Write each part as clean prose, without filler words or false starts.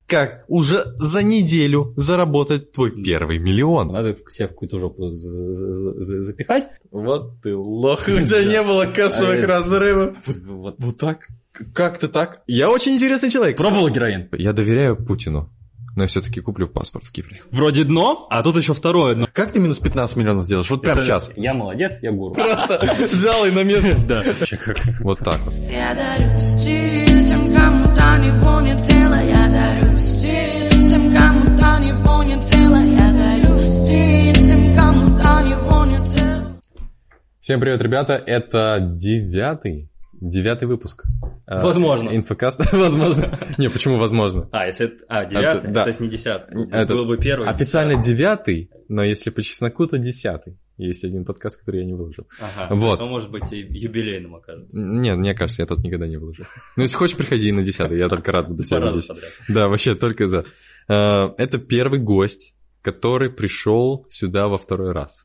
как уже за неделю заработать твой первый миллион? Надо себя в какую-то жопу запихать. Вот ты лох, у тебя не было кассовых разрывов. Вот так? Как-то так? Я очень интересный человек. Пробовал героин? Я доверяю Путину, но я все-таки куплю паспорт в Кипре. Вроде дно, а тут еще второе дно. Как ты минус 15 миллионов сделаешь? Вот прямо сейчас. Я молодец, я гуру. Просто взял и на место. Да. Вот так вот. Я дарюсь тем, кому до него нет дела. Я дарюсь тем, кому до него нет дела. Я дарюсь тем, кому до него нет дела. Всем привет, ребята. Это девятый выпуск. Возможно. Инфокаста. Возможно. Не, почему возможно? Если это... девятый? Да. То есть не 10-й. Это Был бы первый. официально 9, но если по чесноку, то 10. Есть один подкаст, который я не выложил. Ага. Вот. То может быть и юбилейным окажется. Нет, мне кажется, я тут никогда не выложу. Ну, если хочешь, приходи и на 10, я только рад буду тебя видеть. Да, вообще, только за. Это первый гость, который пришел сюда во второй раз.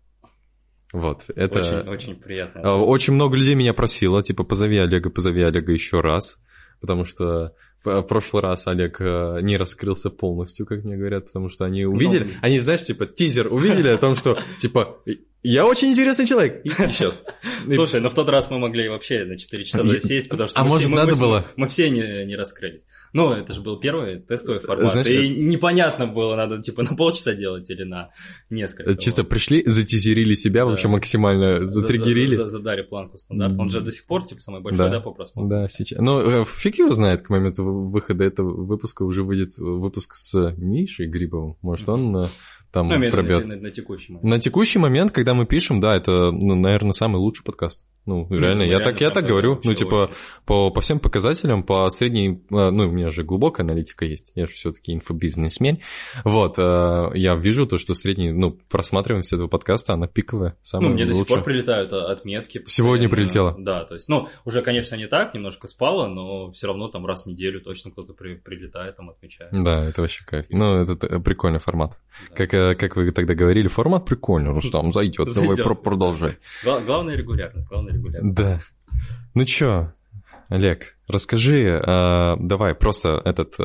Вот, это... Очень, очень приятно. Очень много людей меня просило, типа, позови Олега еще раз, потому что в прошлый раз Олег не раскрылся полностью, как мне говорят, потому что они увидели, они, знаешь, типа, тизер увидели о том, что, типа, я очень интересный человек, и сейчас. Слушай, но в тот раз мы могли вообще на 4 часа засесть, потому что мы все не раскрылись. Ну, это же был первый тестовый формат, знаешь, и непонятно было, надо типа на полчаса делать или на несколько. Чисто пришли, затизерили себя, вообще максимально затриггерили. Задали планку стандарт. Он же до сих пор типа самый большой, да, по просмотру? Да, сейчас. Но фиг его знает, к моменту выхода этого выпуска уже выйдет выпуск с Мишей Грибовым. Может, он там пробьет. На текущий момент. На текущий момент, когда мы пишем, да, это, наверное, самый лучший подкаст. Ну, реально, я так говорю. Ну, типа, по всем показателям, по средней... Ну, у меня же глубокая аналитика есть. Я же все-таки инфобизнесмен. Вот, я вижу то, что средний, просматриваемость этого подкаста, она пиковая, самая лучшая. Мне до сих пор прилетают отметки. Сегодня прилетело. Да, то есть, уже, конечно, не так, немножко спало, но все равно там раз в неделю точно кто-то прилетает, там отмечает. Да, это вообще кайф. Ну, это прикольный формат. Да. Как вы тогда говорили, формат прикольный, Рустам, зайдет. Давай продолжай. Главное регулярность. Да. Ну чё, Олег, расскажи, давай просто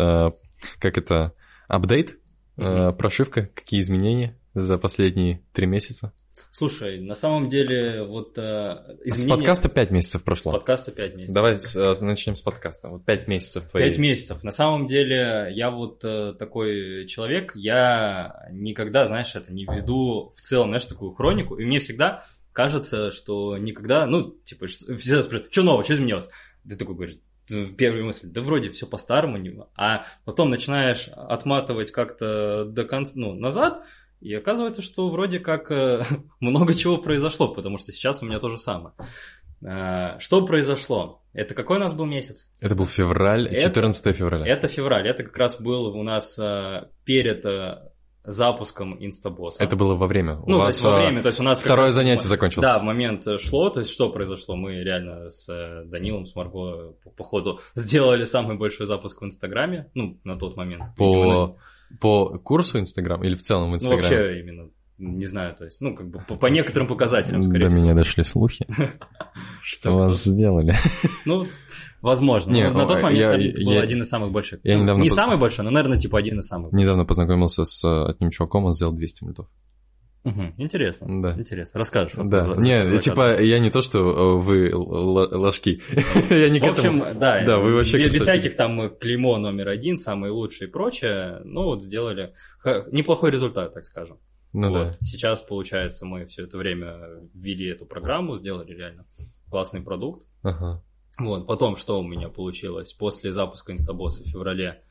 апдейт, прошивка, какие изменения за последние 3 месяца? Слушай, на самом деле, вот изменения... С подкаста 5 месяцев прошло. С подкаста 5 месяцев. Давай начнем с подкаста. Вот 5 месяцев твои. 5 месяцев. На самом деле, я вот такой человек, я никогда, знаешь, это не веду в целом, знаешь, такую хронику, и мне всегда кажется, что никогда, всегда спрашивают, что нового, что изменилось? Ты такой говоришь, первая мысль, да вроде все по-старому, а потом начинаешь отматывать как-то до конца, назад, и оказывается, что вроде как много чего произошло, потому что сейчас у меня то же самое. Что произошло? Это какой у нас был месяц? Это был февраль, 14 февраля. Это февраль, это как раз был у нас перед запуском Инстабосса. Это было во время. Во время, то есть у нас второе занятие закончилось. Да, в момент шло, то есть что произошло? Мы реально с Данилом, с Марго, по ходу сделали самый большой запуск в Инстаграме, на тот момент. По курсу Инстаграм или в целом в Инстаграме? Вообще именно, не знаю, то есть, по некоторым показателям, скорее всего. До меня дошли слухи, что вас сделали. Возможно. На тот момент это был один из самых больших. Не самый большой, но, наверное, один из самых. Недавно познакомился с одним чуваком, он сделал 200 мультов. Интересно. Да. Интересно. Расскажешь. Да. Я не то, что вы ложки. Я не к этому. В общем, да. Вы вообще без всяких там клеймо номер 1, самый лучший и прочее. Сделали неплохой результат, так скажем. Да. Сейчас, получается, мы все это время ввели эту программу, сделали реально классный продукт. Ага. Потом, что у меня получилось? После запуска Инстабосса в феврале,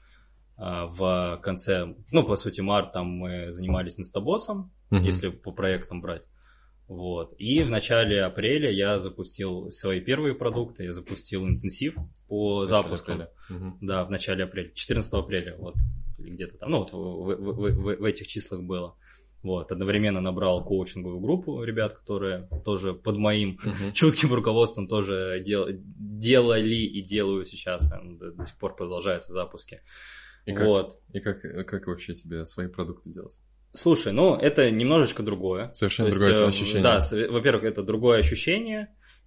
в конце, по сути, март, там мы занимались Инстабоссом, если по проектам брать. И в начале апреля я запустил свои первые продукты, я запустил интенсив по запуску. Да, в начале апреля, 14 апреля, или где-то там, в этих числах было. Одновременно набрал коучинговую группу ребят, которые тоже под моим чутким руководством тоже делали и делают сейчас, до сих пор продолжаются запуски. И как вообще тебе свои продукты делать? Слушай, это немножечко другое. Совершенно другое ощущение. Да, во-первых, это другое ощущение,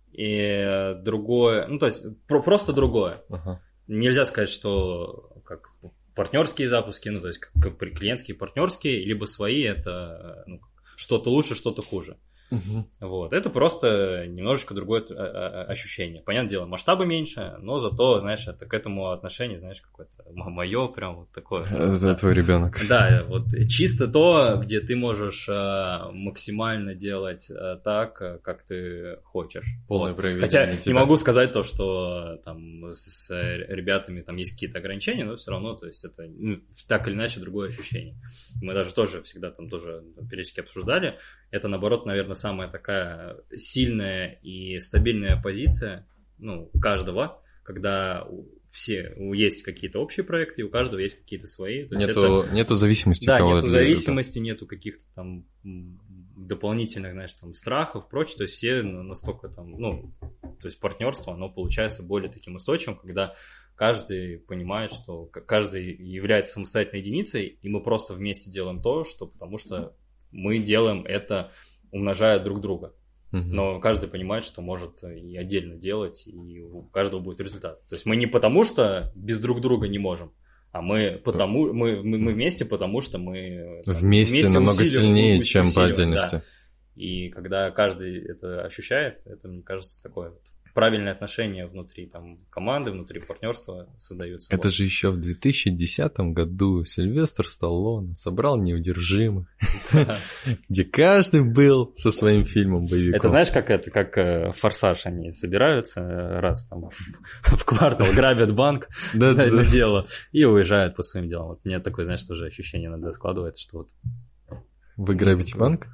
и другое, просто другое. Ага. Нельзя сказать, что партнерские запуски, ну, то есть как клиентские, партнерские, либо свои, это что-то лучше, что-то хуже. Вот. Это просто немножечко другое ощущение. Понятное дело, масштабы меньше, но зато, знаешь, это к этому отношение, знаешь, какое-то мое прям вот такое. Это твой ребенок. Да, вот чисто то, где ты можешь максимально делать так, как ты хочешь. Полное проявление. Хотя не могу сказать то, что там с ребятами там есть какие-то ограничения, но все равно, то есть это так или иначе другое ощущение. Мы даже тоже всегда там тоже периодически обсуждали. Это, наоборот, наверное, самая такая сильная и стабильная позиция, ну, каждого, когда все есть какие-то общие проекты, и у каждого есть какие-то свои. То есть нету зависимости. Да, нету зависимости, нету каких-то там дополнительных, знаешь, там страхов, прочее. То есть все настолько там, ну, то есть партнерство, оно получается более таким устойчивым, когда каждый понимает, что каждый является самостоятельной единицей, и мы просто вместе делаем то, что потому что мы делаем это, умножая друг друга. Но каждый понимает, что может и отдельно делать, и у каждого будет результат. То есть мы не потому, что без друг друга не можем, а мы вместе, потому что мы вместе намного сильнее, чем по отдельности. Да. И когда каждый это ощущает, это, мне кажется, такое вот правильное отношение внутри там команды, внутри партнерства создаются. Это же еще в 2010 году Сильвестр Сталлоне собрал «Неудержимых», где каждый был со своим фильмом боевиком. Это знаешь, как «Форсаж», они собираются раз там в квартал, грабят банк на дело и уезжают по своим делам. Вот у меня такое, знаешь, тоже ощущение иногда складывается, что вот... Вы грабите банк?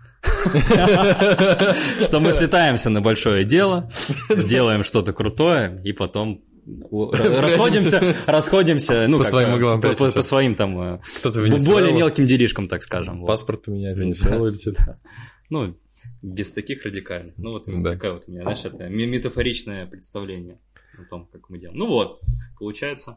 Что мы слетаемся на большое дело, делаем что-то крутое, и потом расходимся, ну, по своим углам, по своим там более мелким делишкам, так скажем. Паспорт поменять, Венесуэлу летит. Ну, без таких радикальных. Ну, вот такая вот у меня, знаешь, это метафоричное представление о том, как мы делаем. Ну вот, получается.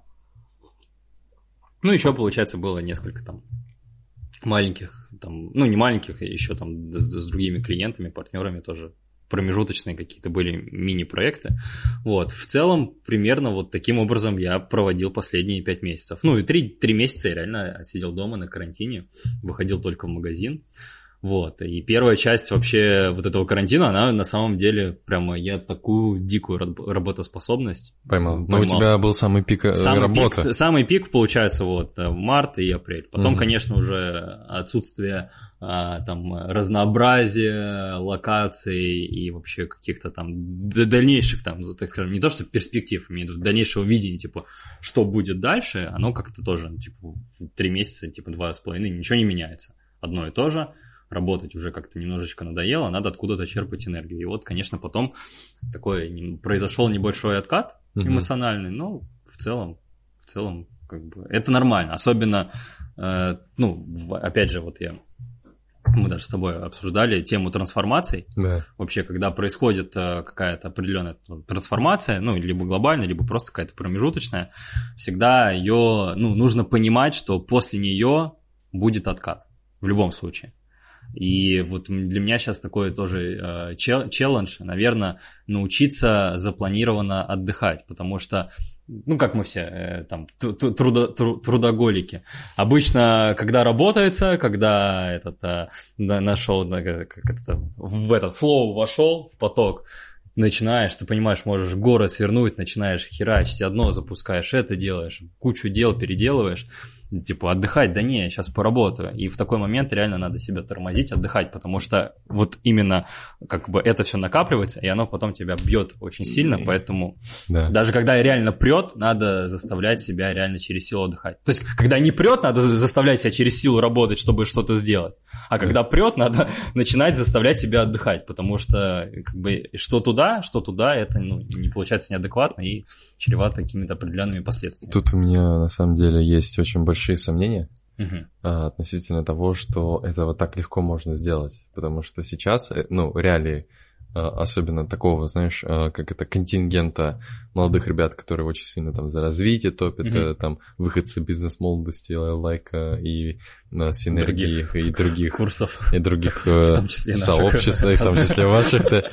Ну, еще, получается, было несколько там маленьких, там, ну, не маленьких, еще там с другими клиентами, партнерами тоже промежуточные какие-то были мини-проекты. Вот, в целом, примерно вот таким образом я проводил последние 5 месяцев. Ну, и 3 месяца я реально отсидел дома на карантине, выходил только в магазин. Вот, и первая часть вообще вот этого карантина, она на самом деле прямо, я такую дикую работоспособность поймал. Но у тебя был самый пик работы. Самый пик, получается, вот, март и апрель. Потом, конечно, уже отсутствие там разнообразия локаций и вообще каких-то там дальнейших там, так скажем, не то что перспектив, имею в виду дальнейшего видения, типа, что будет дальше, оно как-то тоже, типа, 3 месяца, типа, 2,5, ничего не меняется. Одно и то же. Работать уже как-то немножечко надоело, надо откуда-то черпать энергию. И вот, конечно, потом такой произошел небольшой откат эмоциональный, но в целом, как бы, это нормально. Особенно, ну, опять же, вот мы даже с тобой обсуждали тему трансформаций. Да. Вообще, когда происходит какая-то определенная трансформация, ну, либо глобальная, либо просто какая-то промежуточная, всегда ее, ну, нужно понимать, что после нее будет откат. В любом случае. И вот для меня сейчас такой тоже челлендж, наверное, научиться запланированно отдыхать, потому что, ну, как мы все там трудоголики. Обычно, когда работается, когда нашел, в этот флоу вошел, в поток, начинаешь, ты понимаешь, можешь город свернуть, начинаешь херачить одно, запускаешь это, делаешь, кучу дел переделываешь, типа отдыхать, да не, сейчас поработаю. И в такой момент реально надо себя тормозить, отдыхать, потому что вот именно как бы это все накапливается, и оно потом тебя бьет очень сильно, поэтому даже когда реально прет, надо заставлять себя реально через силу отдыхать. То есть, когда не прет, надо заставлять себя через силу работать, чтобы что-то сделать, а когда прет, надо начинать заставлять себя отдыхать, потому что как бы что туда, это, ну, не получается неадекватно и чревато какими-то определенными последствиями. Тут у меня на самом деле есть очень большие сомнения относительно того, что это вот так легко можно сделать, потому что сейчас, ну, реалии, особенно такого, знаешь, как это, контингента молодых ребят, которые очень сильно там за развитие топят, там выходцы бизнес-молодости, лайка и синергии и других курсов, и других сообществ, и в том числе ваших, да.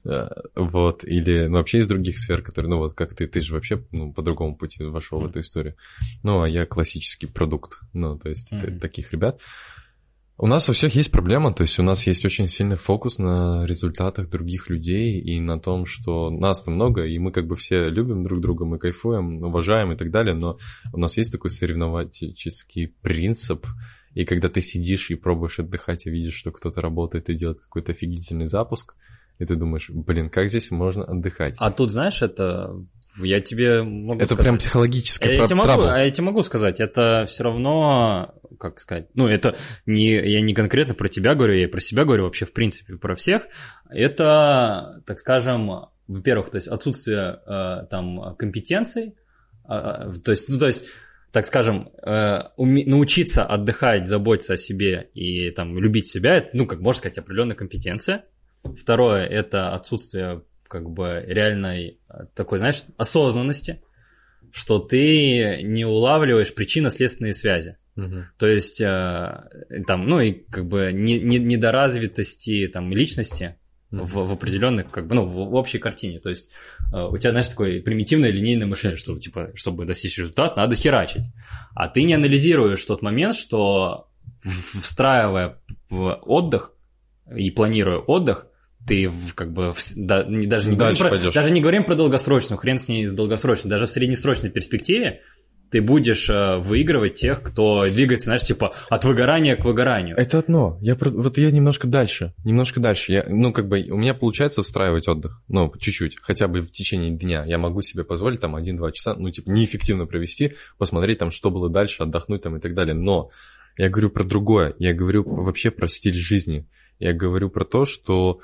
Вот, или вообще из других сфер, которые, ну вот как ты же вообще по другому пути вошел в эту историю. Ну, а я классический продукт, ну, то есть таких ребят. У нас у всех есть проблема, то есть у нас есть очень сильный фокус на результатах других людей и на том, что нас-то много, и мы как бы все любим друг друга, мы кайфуем, уважаем и так далее, но у нас есть такой соревновательский принцип, и когда ты сидишь и пробуешь отдыхать, и видишь, что кто-то работает и делает какой-то офигительный запуск, и ты думаешь, как здесь можно отдыхать? А тут, знаешь, это... Я тебе могу это сказать... прям психологическое я тебе могу сказать, это все равно, как сказать, ну, это я не конкретно про тебя говорю, я и про себя говорю, вообще, в принципе, про всех. Это, так скажем, во-первых, то есть отсутствие там компетенций, то есть, так скажем, научиться отдыхать, заботиться о себе и там любить себя, это, ну, как можно сказать, определенная компетенция. Второе, это отсутствие как бы реальной такой, знаешь, осознанности, что ты не улавливаешь причинно-следственные связи. То есть там, ну и как бы недоразвитости там личности в определенных, как бы, ну, в общей картине. То есть у тебя, знаешь, такое примитивное линейное мышление, что типа, чтобы достичь результата, надо херачить. А ты не анализируешь тот момент, что встраивая в отдых и планируя отдых, ты как бы даже не говорим про долгосрочную, хрен с ней с долгосрочной, даже в среднесрочной перспективе ты будешь выигрывать тех, кто двигается, знаешь, типа от выгорания к выгоранию. Это одно. Я немножко дальше. У меня получается встраивать отдых, ну, чуть-чуть, хотя бы в течение дня. Я могу себе позволить там 1-2 часа, ну, типа, неэффективно провести, посмотреть там, что было дальше, отдохнуть там и так далее. Но я говорю про другое. Я говорю вообще про стиль жизни. Я говорю про то, что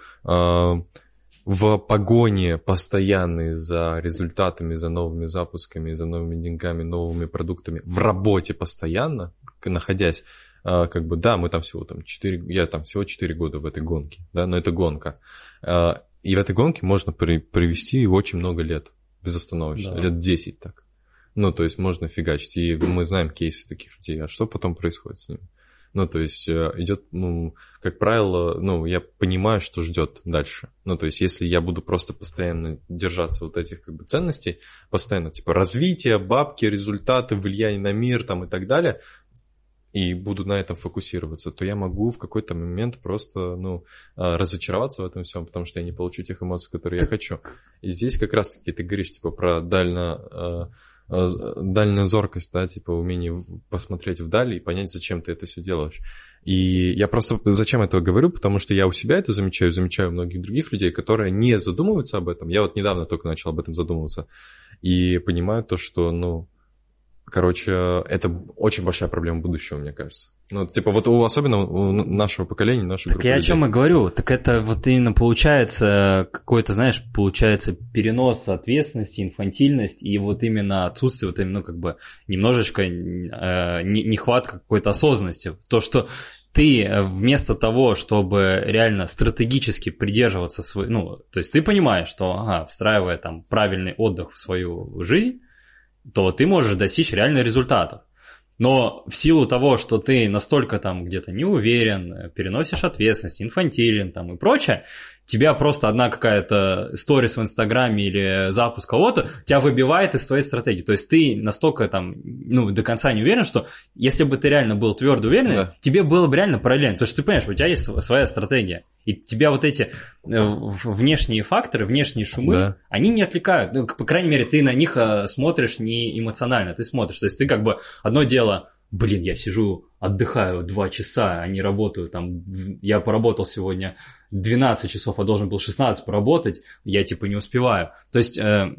в погоне постоянной за результатами, за новыми запусками, за новыми деньгами, новыми продуктами, в работе постоянно, находясь, как бы, да, мы там всего 4 года в этой гонке, да, но это гонка. И в этой гонке можно провести очень много лет безостановочно, да. Лет 10 так. Ну, то есть можно фигачить. И мы знаем кейсы таких людей. А что потом происходит с ними? Ну, то есть идет, ну, как правило, ну, я понимаю, что ждет дальше. Ну, то есть если я буду просто постоянно держаться вот этих как бы ценностей, постоянно, типа, развитие, бабки, результаты, влияние на мир там и так далее, и буду на этом фокусироваться, то я могу в какой-то момент просто, ну, разочароваться в этом всем, потому что я не получу тех эмоций, которые я хочу. И здесь как раз-таки ты говоришь, типа, про дальнозоркость, да, типа умение посмотреть вдаль и понять, зачем ты это все делаешь. И я просто зачем этого говорю, потому что я у себя это замечаю у многих других людей, которые не задумываются об этом. Я вот недавно только начал об этом задумываться и понимаю то, что, ну, короче, это очень большая проблема будущего, мне кажется. Ну, типа, вот особенно у нашего поколения, нашей группы людей. Так я о чем и говорю. Так это вот именно получается какой-то, знаешь, перенос ответственности, инфантильность и вот именно отсутствие вот именно, ну, как бы немножечко нехватка какой-то осознанности. То, что ты вместо того, чтобы реально стратегически придерживаться то есть ты понимаешь, что, встраивая там правильный отдых в свою жизнь, то ты можешь достичь реально результатов. Но в силу того, что ты настолько там где-то не уверен, переносишь ответственность, инфантилен там и прочее, тебя просто одна какая-то сторис в Инстаграме или запуск кого-то тебя выбивает из твоей стратегии. То есть ты настолько там, ну, до конца не уверен, что если бы ты реально был твердо уверен, да, тебе было бы реально параллельно. Потому что ты понимаешь, у тебя есть своя стратегия. И тебя вот эти внешние факторы, внешние шумы, да, они не отвлекают. Ну, по крайней мере, ты на них смотришь не эмоционально, ты смотришь. То есть ты как бы одно дело... Блин, я сижу, отдыхаю 2 часа, а не работаю там, я поработал сегодня 12 часов, а должен был 16 поработать, я типа не успеваю. То есть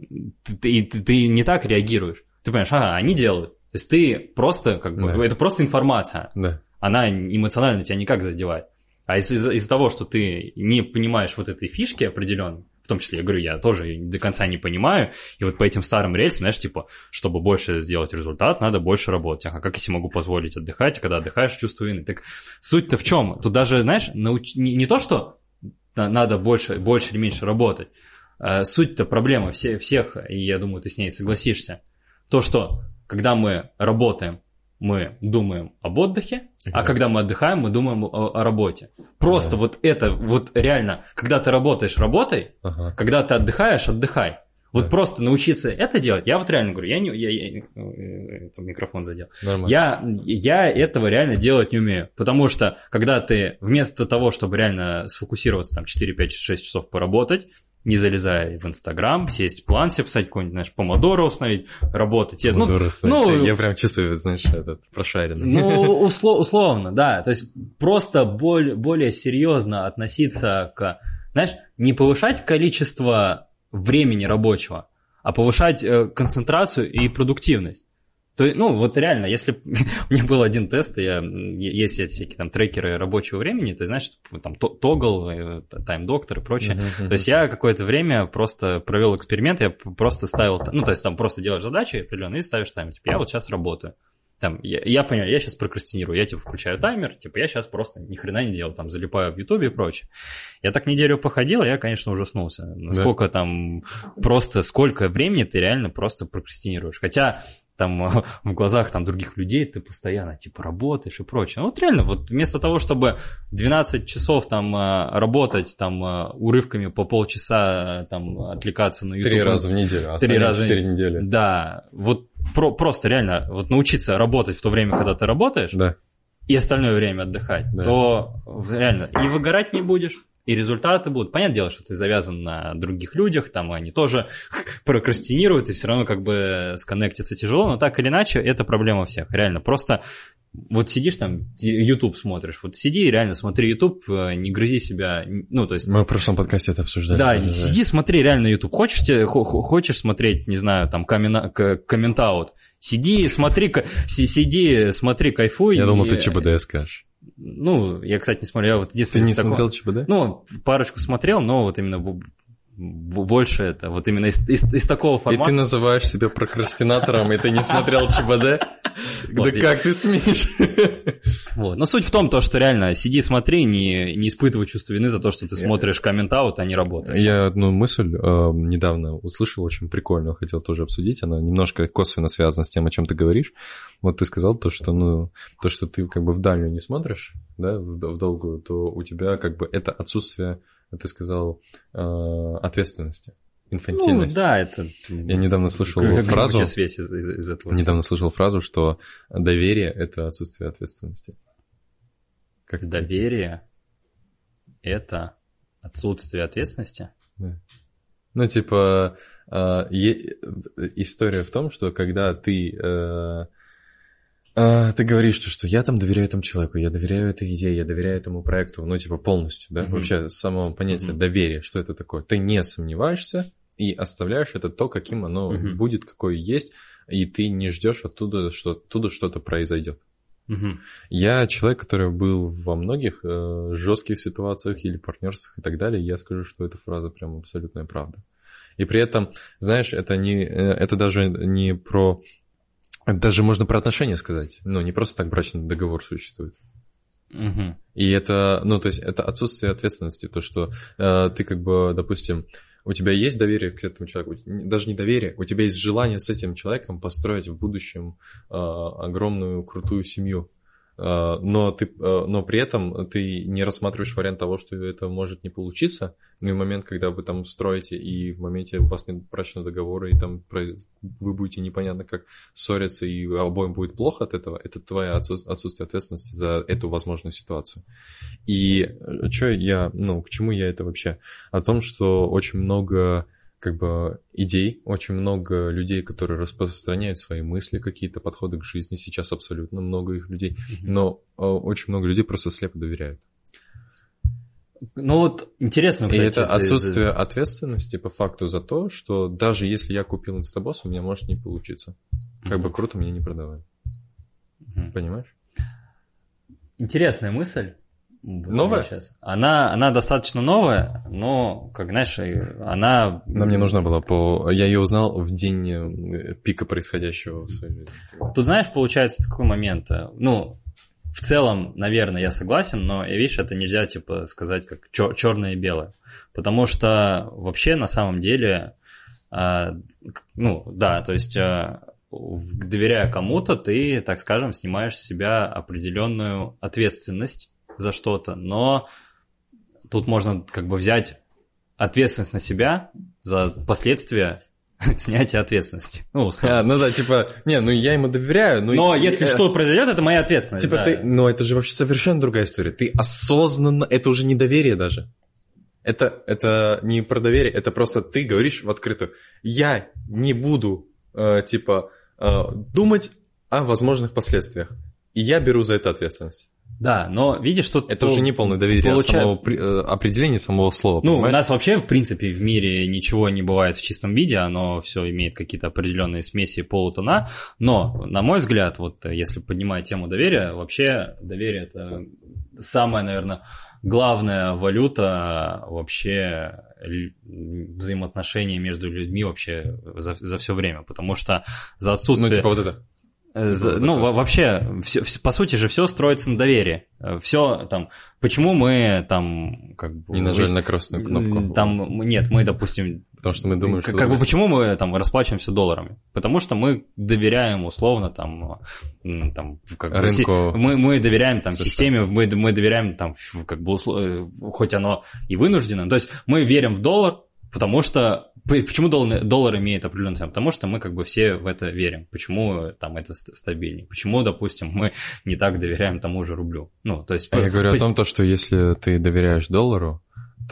ты не так реагируешь. Ты понимаешь, они делают. То есть ты просто, как бы, да, это просто информация. Да. Она эмоционально тебя никак задевает. А из-за того, что ты не понимаешь вот этой фишки определенной, в том числе, я говорю, я тоже до конца не понимаю, и вот по этим старым рельсам, знаешь, типа, чтобы больше сделать результат, надо больше работать. А как я себе могу позволить отдыхать, когда отдыхаешь, чувство вины? Так суть-то в чем? Тут даже, знаешь, не то, что надо больше или меньше работать, суть-то проблема всех, и я думаю, ты с ней согласишься, то, что когда мы работаем мы думаем об отдыхе, а когда мы отдыхаем, мы думаем о работе. Просто вот это, вот реально, когда ты работаешь, работай, когда ты отдыхаешь, отдыхай. Вот просто научиться это делать, я вот реально говорю, это микрофон задел. Я этого реально делать не умею, потому что когда ты вместо того, чтобы реально сфокусироваться там 4, 5, 6 часов поработать, не залезая в Инстаграм, сесть план себе писать, какой-нибудь, знаешь, помодоро установить, работать. Я прям чувствую, знаешь, этот прошаренный. Ну, условно, да. То есть просто более серьезно относиться к, знаешь, не повышать количество времени рабочего, а повышать концентрацию и продуктивность. То есть, ну, вот реально, если у меня был один тест, есть эти всякие там трекеры рабочего времени, ты знаешь, там Toggle, Time Doctor и прочее. То есть я какое-то время просто провел эксперимент, я просто ставил, ну, то есть там просто делаешь задачи определенные и ставишь таймер. Типа, я вот сейчас работаю. Там, я понимаю, я сейчас прокрастинирую, я типа включаю таймер, типа я сейчас просто ни хрена не делаю, там залипаю в Ютубе и прочее. Я так неделю походил, я, конечно, ужаснулся. Насколько там, просто сколько времени ты реально просто прокрастинируешь. Хотя там в глазах там других людей ты постоянно типа работаешь и прочее. Ну вот реально, вот вместо того, чтобы 12 часов там работать там урывками по полчаса там отвлекаться на YouTube. 3 раза в неделю, а 4 недели. Да, вот просто реально вот научиться работать в то время, когда ты работаешь, и остальное время отдыхать, то реально и выгорать не будешь, и результаты будут. Понятное дело, что ты завязан на других людях, там они тоже прокрастинируют, и все равно как бы сконнектиться тяжело, но так или иначе это проблема всех. Реально, просто вот сидишь там, YouTube смотришь, вот сиди и реально смотри YouTube, не грызи себя, ну то есть... Мы в прошлом подкасте это обсуждали. Да, сиди, смотри реально YouTube. Хочешь смотреть, не знаю, там коммент-аут, сиди, смотри, кайфуй. Я думал, ты ЧБД скажешь. Ну, я, кстати, не смотрел. Вот ты не смотрел ЧБД? Ну, парочку смотрел, но вот именно больше это, вот именно из такого формата. И ты называешь себя прокрастинатором, и ты не смотрел ЧБД? Да как ты смеешь? Вот. Но суть в том, что реально сиди, смотри, не испытывай чувство вины за то, что ты смотришь коммент-аут, а не работаешь. Я одну мысль недавно услышал, очень прикольную, хотел тоже обсудить. Она немножко косвенно связана с тем, о чем ты говоришь. Вот ты сказал то, что ты как бы в дальнюю не смотришь, да, в долгую, то у тебя как бы это отсутствие, ты сказал, ответственности. Инфантильность. Ну, да, это... Я недавно слышал фразу... из этого. Недавно слышал фразу, что доверие – это отсутствие ответственности. Как доверие – это отсутствие ответственности? Да. Ну, типа, история в том, что когда ты говоришь, что я там доверяю этому человеку, я доверяю этой идее, я доверяю этому проекту, ну, типа, полностью, да? Вообще, с самого понятия доверия, что это такое? Ты не сомневаешься и оставляешь это то, каким оно будет, какое есть, и ты не ждешь оттуда что-то произойдет. Я человек, который был во многих жестких ситуациях или партнерствах и так далее, я скажу, что эта фраза прям абсолютная правда. И при этом, знаешь, это даже не про... Даже можно про отношения сказать, но не просто так брачный договор существует. И это, ну, то есть это отсутствие ответственности, то, что ты как бы, допустим, у тебя есть доверие к этому человеку, даже не доверие, у тебя есть желание с этим человеком построить в будущем огромную крутую семью, но при этом ты не рассматриваешь вариант того, что это может не получиться, но и в момент, когда вы там строите, и в моменте у вас нет брачного договора, и там вы будете непонятно как ссориться, и обоим будет плохо от этого, это твое отсутствие ответственности за эту возможную ситуацию. И к чему я это вообще? О том, что очень много как бы идей, очень много людей, которые распространяют свои мысли, какие-то подходы к жизни, сейчас абсолютно много их людей, но очень много людей просто слепо доверяют. Ну вот интересно, кстати. И это отсутствие ответственности по факту за то, что даже если я купил инстабосс, у меня может не получиться. Как бы круто мне не продавали. Понимаешь? Интересная мысль. Новая? Сейчас. Она достаточно новая, но, как знаешь, она... Нам не нужна была Я ее узнал в день пика происходящего в своей жизни. Тут, знаешь, получается такой момент. Ну, в целом, наверное, я согласен, но, видишь, это нельзя, типа, сказать как черное и белое. Потому что вообще, на самом деле, ну, да, то есть... доверяя кому-то, ты, так скажем, снимаешь с себя определенную ответственность за что-то, но тут можно как бы взять ответственность на себя за последствия снятия ответственности. Ну да, типа, я ему доверяю, но если что произойдет, это моя ответственность. Типа это же вообще совершенно другая история. Ты осознанно, это уже не доверие даже. Это не про доверие, это просто ты говоришь в открытую. Я не буду, думать о возможных последствиях. И я беру за это ответственность. Да, но видишь, что... Это уже не полное доверие от самого определения самого слова, понимаешь? У нас вообще, в принципе, в мире ничего не бывает в чистом виде, оно все имеет какие-то определенные смеси и полутона, но, на мой взгляд, вот если поднимать тему доверия, вообще доверие – это самая, наверное, главная валюта вообще взаимоотношений между людьми вообще за все время, потому что за отсутствие... вот это. Вообще, по сути же, все строится на доверии. Все там, почему мы там как бы... Не нажали на красную кнопку. Нет, мы, допустим... Потому что мы думаем, что... почему мы там расплачиваемся долларами? Потому что мы доверяем условно рынку. Мы доверяем там системе, мы доверяем там как бы хоть оно и вынуждено. То есть мы верим в доллар, потому что... Почему доллар имеет определенную цену? Потому что мы как бы все в это верим. Почему там это стабильнее? Почему, допустим, мы не так доверяем тому же рублю? То есть... Я говорю о том, что если ты доверяешь доллару,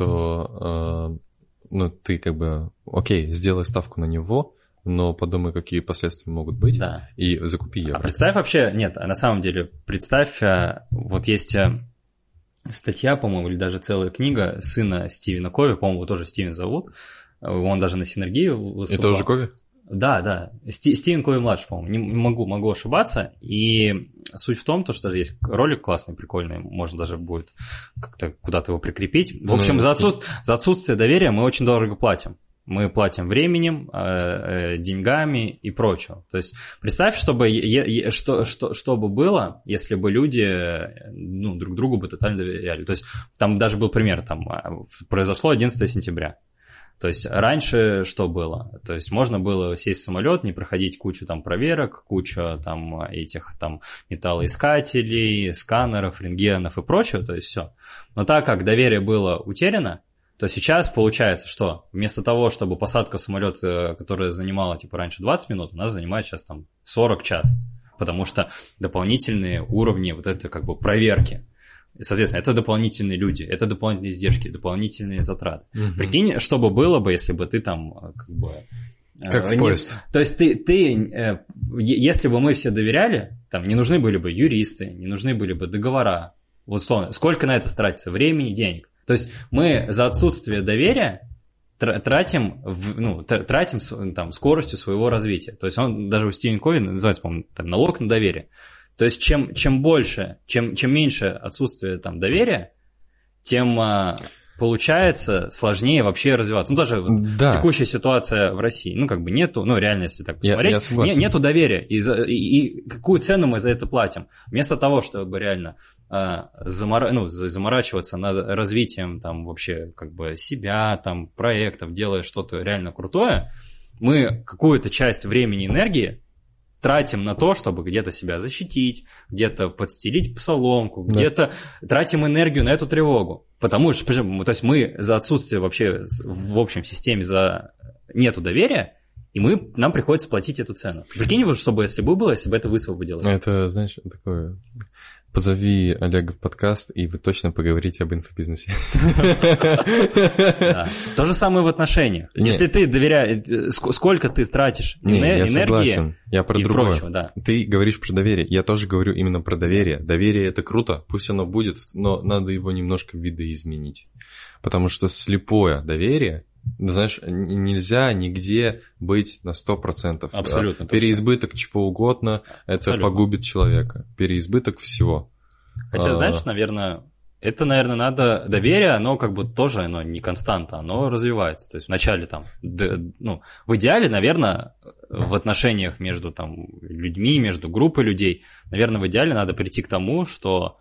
то ты как бы, окей, сделай ставку на него, но подумай, какие последствия могут быть, да. И закупи евро. А представь вообще, нет, на самом деле, представь, вот есть... статья, по-моему, или даже целая книга сына Стивена Кови, по-моему, его тоже Стивен зовут, он даже на Синергии выступал. Это уже Кови? Да. Стивен Кови-младший, по-моему, не могу ошибаться, и суть в том, что есть ролик классный, прикольный, можно даже будет как-то куда-то его прикрепить. В общем, за отсутствие доверия мы очень дорого платим. Мы платим временем, деньгами и прочее. То есть представь, что бы было, если бы люди друг другу бы тотально доверяли. То есть там даже был пример, произошло 11 сентября. То есть раньше что было? То есть можно было сесть в самолет, не проходить кучу проверок, кучу этих металлоискателей, сканеров, рентгенов и прочего, то есть все. Но так как доверие было утеряно, то сейчас получается, что вместо того, чтобы посадка в самолет, которая занимала раньше 20 минут, она занимает сейчас 40 час, потому что дополнительные уровни вот это как бы проверки. И, соответственно, это дополнительные люди, это дополнительные издержки, дополнительные затраты. Угу. Прикинь, что бы было бы, если бы ты Как в поезд. То есть если бы мы все доверяли, не нужны были бы юристы, не нужны были бы договора. Вот условно, сколько на это тратится времени, денег. То есть мы за отсутствие доверия тратим скоростью своего развития. То есть он даже у Стивена Кови называется, по-моему, налог на доверие. То есть чем меньше отсутствие доверия, тем получается сложнее вообще развиваться. Даже текущая ситуация в России, нету, реально, если так посмотреть, нету доверия. И какую цену мы за это платим? Вместо того, чтобы реально заморачиваться над развитием вообще себя, проектов, делая что-то реально крутое, мы какую-то часть времени и энергии тратим на то, чтобы где-то себя защитить, где-то подстелить соломку, где-то тратим энергию на эту тревогу. Потому что, то есть мы за отсутствие вообще в общем системе нету доверия, и нам приходится платить эту цену. Прикинь, что бы если бы это высвободило. Это, знаешь, такое... Позови Олега в подкаст, и вы точно поговорите об инфобизнесе. То же самое в отношениях. Если ты доверяешь, сколько ты тратишь энергии. Я согласен, я про другое. Ты говоришь про доверие, я тоже говорю именно про доверие. Доверие – это круто, пусть оно будет, но надо его немножко видоизменить. Потому что слепое доверие, знаешь, нельзя нигде быть на 100%. Абсолютно. Переизбыток чего угодно, это погубит человека. Переизбыток всего. Хотя, знаешь, наверное, надо... Доверие, оно тоже не константа, оно развивается. То есть вначале в идеале, наверное, в отношениях между людьми, между группой людей, наверное, в идеале надо прийти к тому, что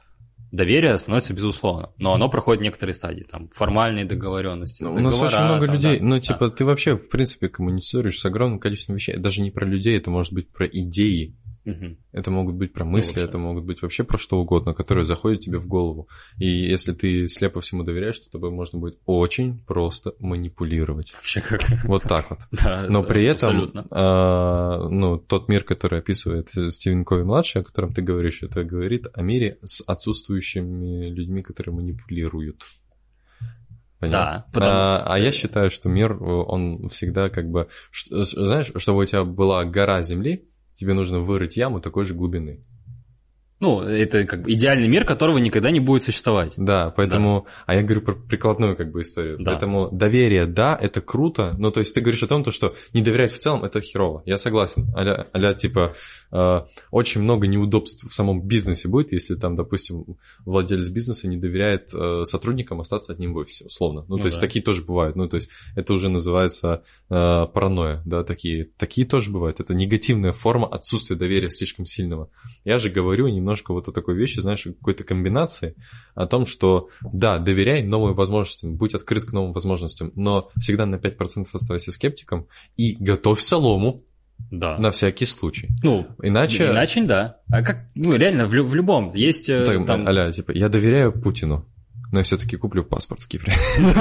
доверие становится безусловно, но оно проходит некоторые стадии, там, формальные договоренности. У нас очень много людей, ты вообще, в принципе, коммуницируешь с огромным количеством вещей, даже не про людей, это может быть про идеи, это могут быть про мысли, это могут быть вообще про что угодно, которые заходят тебе в голову. И если ты слепо всему доверяешь, то тобой можно будет очень просто манипулировать. Вообще как... Вот так вот. Да, но при этом, тот мир, который описывает Стивен Кови-младший, о котором ты говоришь, это говорит о мире с отсутствующими людьми, которые манипулируют. Понятно? Да. Я считаю, что мир, он всегда как бы... Знаешь, чтобы у тебя была гора земли, тебе нужно вырыть яму такой же глубины. Ну, это как бы идеальный мир, которого никогда не будет существовать. Да, поэтому... Да. А я говорю про прикладную как бы историю. Да. Поэтому доверие, да, это круто, но то есть ты говоришь о том, что не доверять в целом, это херово. Я согласен. А-ля типа, очень много неудобств в самом бизнесе будет, если там, допустим, владелец бизнеса не доверяет сотрудникам остаться одним в офисе, условно. Ну, то есть такие тоже бывают. Ну, то есть это уже называется паранойя, да, такие тоже бывают. Это негативная форма отсутствия доверия слишком сильного. Я же говорю немножко вот о такой вещи, знаешь, какой-то комбинации о том, что да, доверяй новым возможностям, будь открыт к новым возможностям, но всегда на 5% оставайся скептиком и готовь солому на всякий случай. Ну, иначе да. А как, реально, в любом есть там... А-ля, типа, я доверяю Путину, но я все-таки куплю паспорт в Кипре.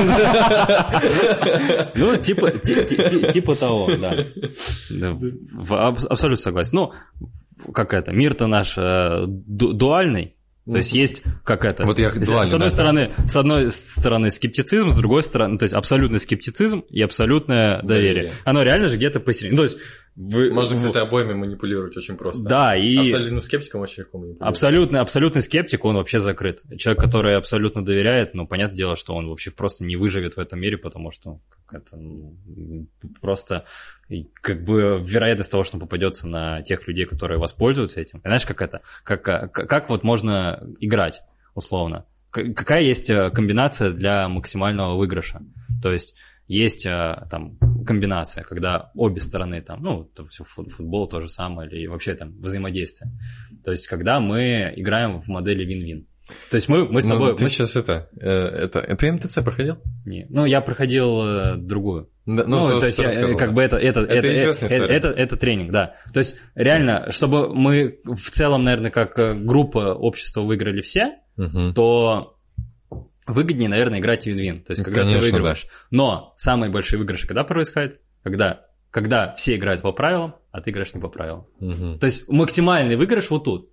Ну, типа того, да. Абсолютно согласен. Ну, как это, мир-то наш дуальный, то есть есть как это, вот я с одной стороны скептицизм, с другой стороны, то есть абсолютный скептицизм и абсолютное доверие. Оно реально же где-то посередине. То есть можно, кстати, обоими манипулировать очень просто. Да, и... Абсолютным скептиком очень легко манипулировать. Абсолютный скептик, он вообще закрыт. Человек, который абсолютно доверяет, ну, понятное дело, что он вообще просто не выживет в этом мире, потому что это просто как бы вероятность того, что он попадется на тех людей, которые воспользуются этим. Знаешь, как это? Как вот можно играть, условно? Какая есть комбинация для максимального выигрыша? То есть есть там комбинация, когда обе стороны там, ну, футбол то же самое, или вообще там взаимодействие. То есть когда мы играем в модели win-win. То есть мы с тобой... Ты сейчас это МТЦ проходил? Не, я проходил другую. Да, то есть как бы это интересная история. Это тренинг, да. То есть реально, чтобы мы в целом, наверное, как группа общества выиграли все, то... выгоднее, наверное, играть в win-win. То есть, когда ты выигрываешь. Да. Но самые большие выигрыши когда происходят? Когда все играют по правилам, а ты играешь не по правилам. То есть, максимальный выигрыш вот тут.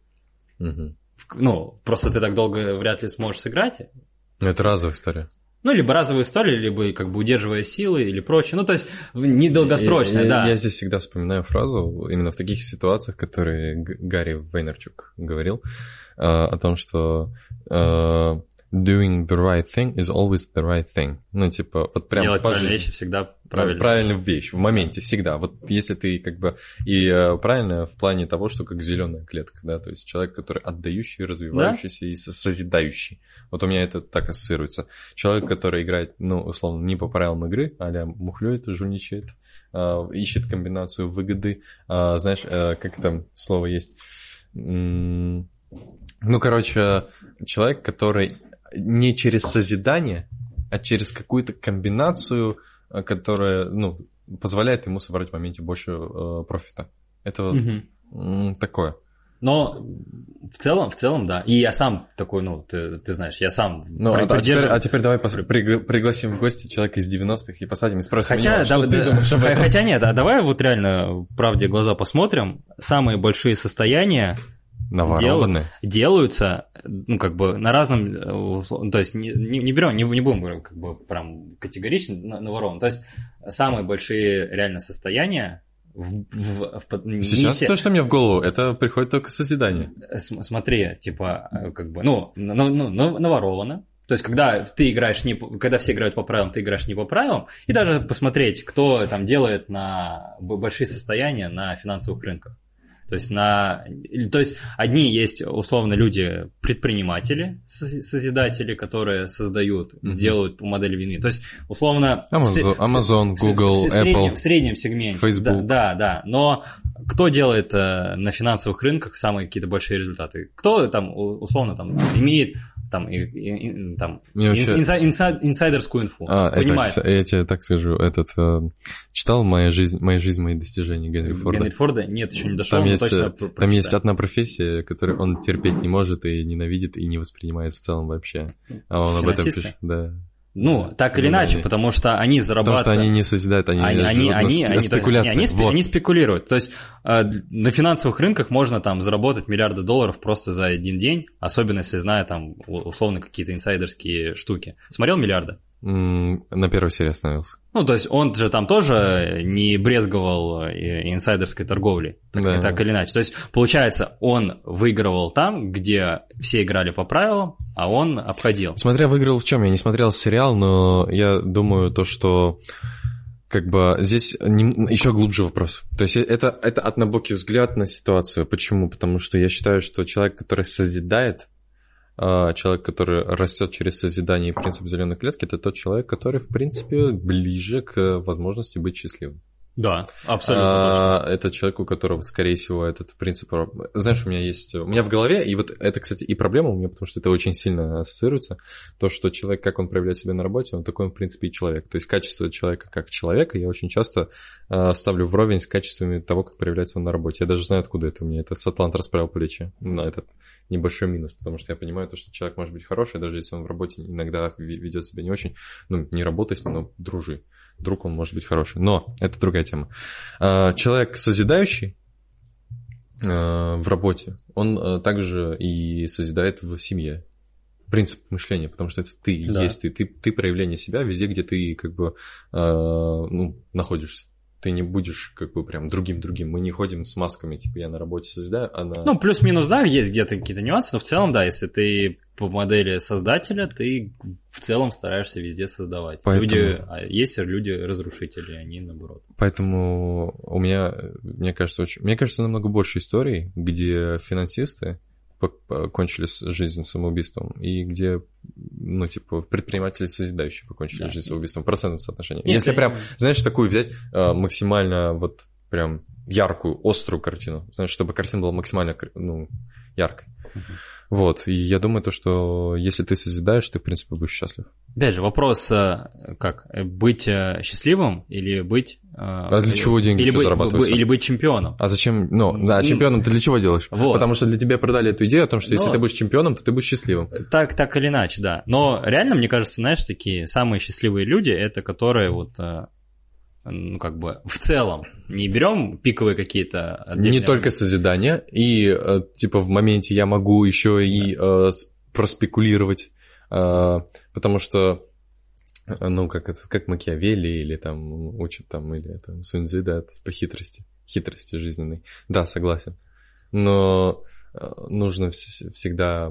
Ну, просто ты так долго вряд ли сможешь сыграть. Это разовая история. Ну, либо разовая история, либо как бы удерживая силы или прочее. Ну, то есть, недолгосрочная, да. Я здесь всегда вспоминаю фразу, именно в таких ситуациях, которые Гарри Вайнерчук говорил, о том, что... doing the right thing is always the right thing. Ну, типа, вот прям делать правильные вещи всегда правильно. Правильная вещь в моменте всегда. Вот если ты как бы... И правильно в плане того, что как зеленая клетка, да, то есть человек, который отдающий, развивающийся и созидающий. Вот у меня это так ассоциируется. Человек, который играет, ну, условно, не по правилам игры, а-ля мухлюет, жульничает, ищет комбинацию выгоды. Знаешь, как там слово есть? Ну, короче, человек, который... не через созидание, а через какую-то комбинацию, которая, ну, позволяет ему собрать в моменте больше профита. Это такое. Но в целом, да. И я сам такой, ну, ты знаешь, я сам... А теперь давай пригласим в гости человека из 90-х и посадим и спросим, что ты думаешь об этом? Хотя нет, а давай вот реально правде в глаза посмотрим. Самые большие состояния делаются, ну, как бы на разном, то есть не берем, не будем как бы прям категорично наворован. То есть самые большие реально состояния сейчас то, что мне в голову, это приходит только созидание. Смотри, типа, как бы, наворовано. То есть, когда ты играешь когда все играют по правилам, ты играешь не по правилам, и даже посмотреть, кто там делает на большие состояния на финансовых рынках. То есть одни есть, условно, люди, предприниматели, созидатели, которые создают, делают по модели вины. То есть, условно... Amazon, Google, Apple. В среднем сегменте. Facebook. Да. Но кто делает на финансовых рынках самые какие-то большие результаты? Кто там, условно, там имеет... инсайдерскую инфу. Понимаешь? Я тебе так скажу, читал «Моя жизнь, мои достижения» Генри Форда? Генри Форда? Нет, еще не дошел, Там есть одна профессия, которую он терпеть не может и ненавидит, и не воспринимает в целом вообще. А он об этом пишет, да. Ну, так или иначе, потому что они зарабатывают... Потому что они не созидают, они спекуляции. Они спекулируют. То есть на финансовых рынках можно там заработать миллиарды долларов просто за один день, особенно если зная там условно какие-то инсайдерские штуки. Смотрел «Миллиарды»? На первой серии остановился. Ну, то есть он же там тоже не брезговал инсайдерской торговлей, так или иначе. То есть, получается, он выигрывал там, где все играли по правилам, а он обходил. Смотря выиграл в чем, я не смотрел сериал, но я думаю то, что как бы здесь еще глубже вопрос. То есть это однобокий взгляд на ситуацию. Почему? Потому что я считаю, что человек, который созидает, человек, который растет через созидание и принцип зеленой клетки, это тот человек, который, в принципе, ближе к возможности быть счастливым. Да, абсолютно точно. Это человек, у которого, скорее всего, этот принцип... Знаешь, у меня в голове, и вот это, кстати, и проблема у меня, потому что это очень сильно ассоциируется, то, что человек, как он проявляет себя на работе, он такой, в принципе, и человек. То есть качество человека как человека я очень часто ставлю вровень с качествами того, как проявляется он на работе. Я даже знаю, откуда это у меня. Это Сатлант расправил плечи на этот небольшой минус, потому что я понимаю то, что человек может быть хороший, даже если он в работе иногда ведет себя не очень, не работай с ним, но дружи. Вдруг он может быть хороший. Но это другая тема. Человек созидающий в работе, он также и созидает в семье. Принцип мышления, потому что это ты есть ты проявление себя везде, где ты как бы находишься. Ты не будешь как бы прям другим. Мы не ходим с масками, типа я на работе созидаю, а на... Ну, плюс-минус, да, есть где-то какие-то нюансы, но в целом, да, если ты по модели создателя, ты в целом стараешься везде создавать. Есть люди-разрушители, они наоборот. Поэтому мне кажется, намного больше историй, где финансисты покончили жизнь самоубийством, и где, предприниматели созидающие покончили жизнь самоубийством в процентном соотношении. Если прям, знаешь, такую взять максимально прям яркую, острую картину, знаешь, чтобы картина была максимально, яркой. Вот, и я думаю, что если ты созидаешь, ты, в принципе, будешь счастлив. Опять же, вопрос, как, быть счастливым или быть... А для чего деньги зарабатываются? Или быть чемпионом. А зачем? Чемпионом ты для чего делаешь? Вот. Потому что для тебя продали эту идею о том, что если ты будешь чемпионом, то ты будешь счастливым. Так или иначе, да. Но реально, мне кажется, знаешь, такие самые счастливые люди, это которые в целом, не берем пиковые какие-то... Не только созидание, и в моменте я могу еще и проспекулировать, потому что, как Макиавелли или там учат или там Сунь-Цзы, да, по хитрости жизненной. Да, согласен. Но нужно всегда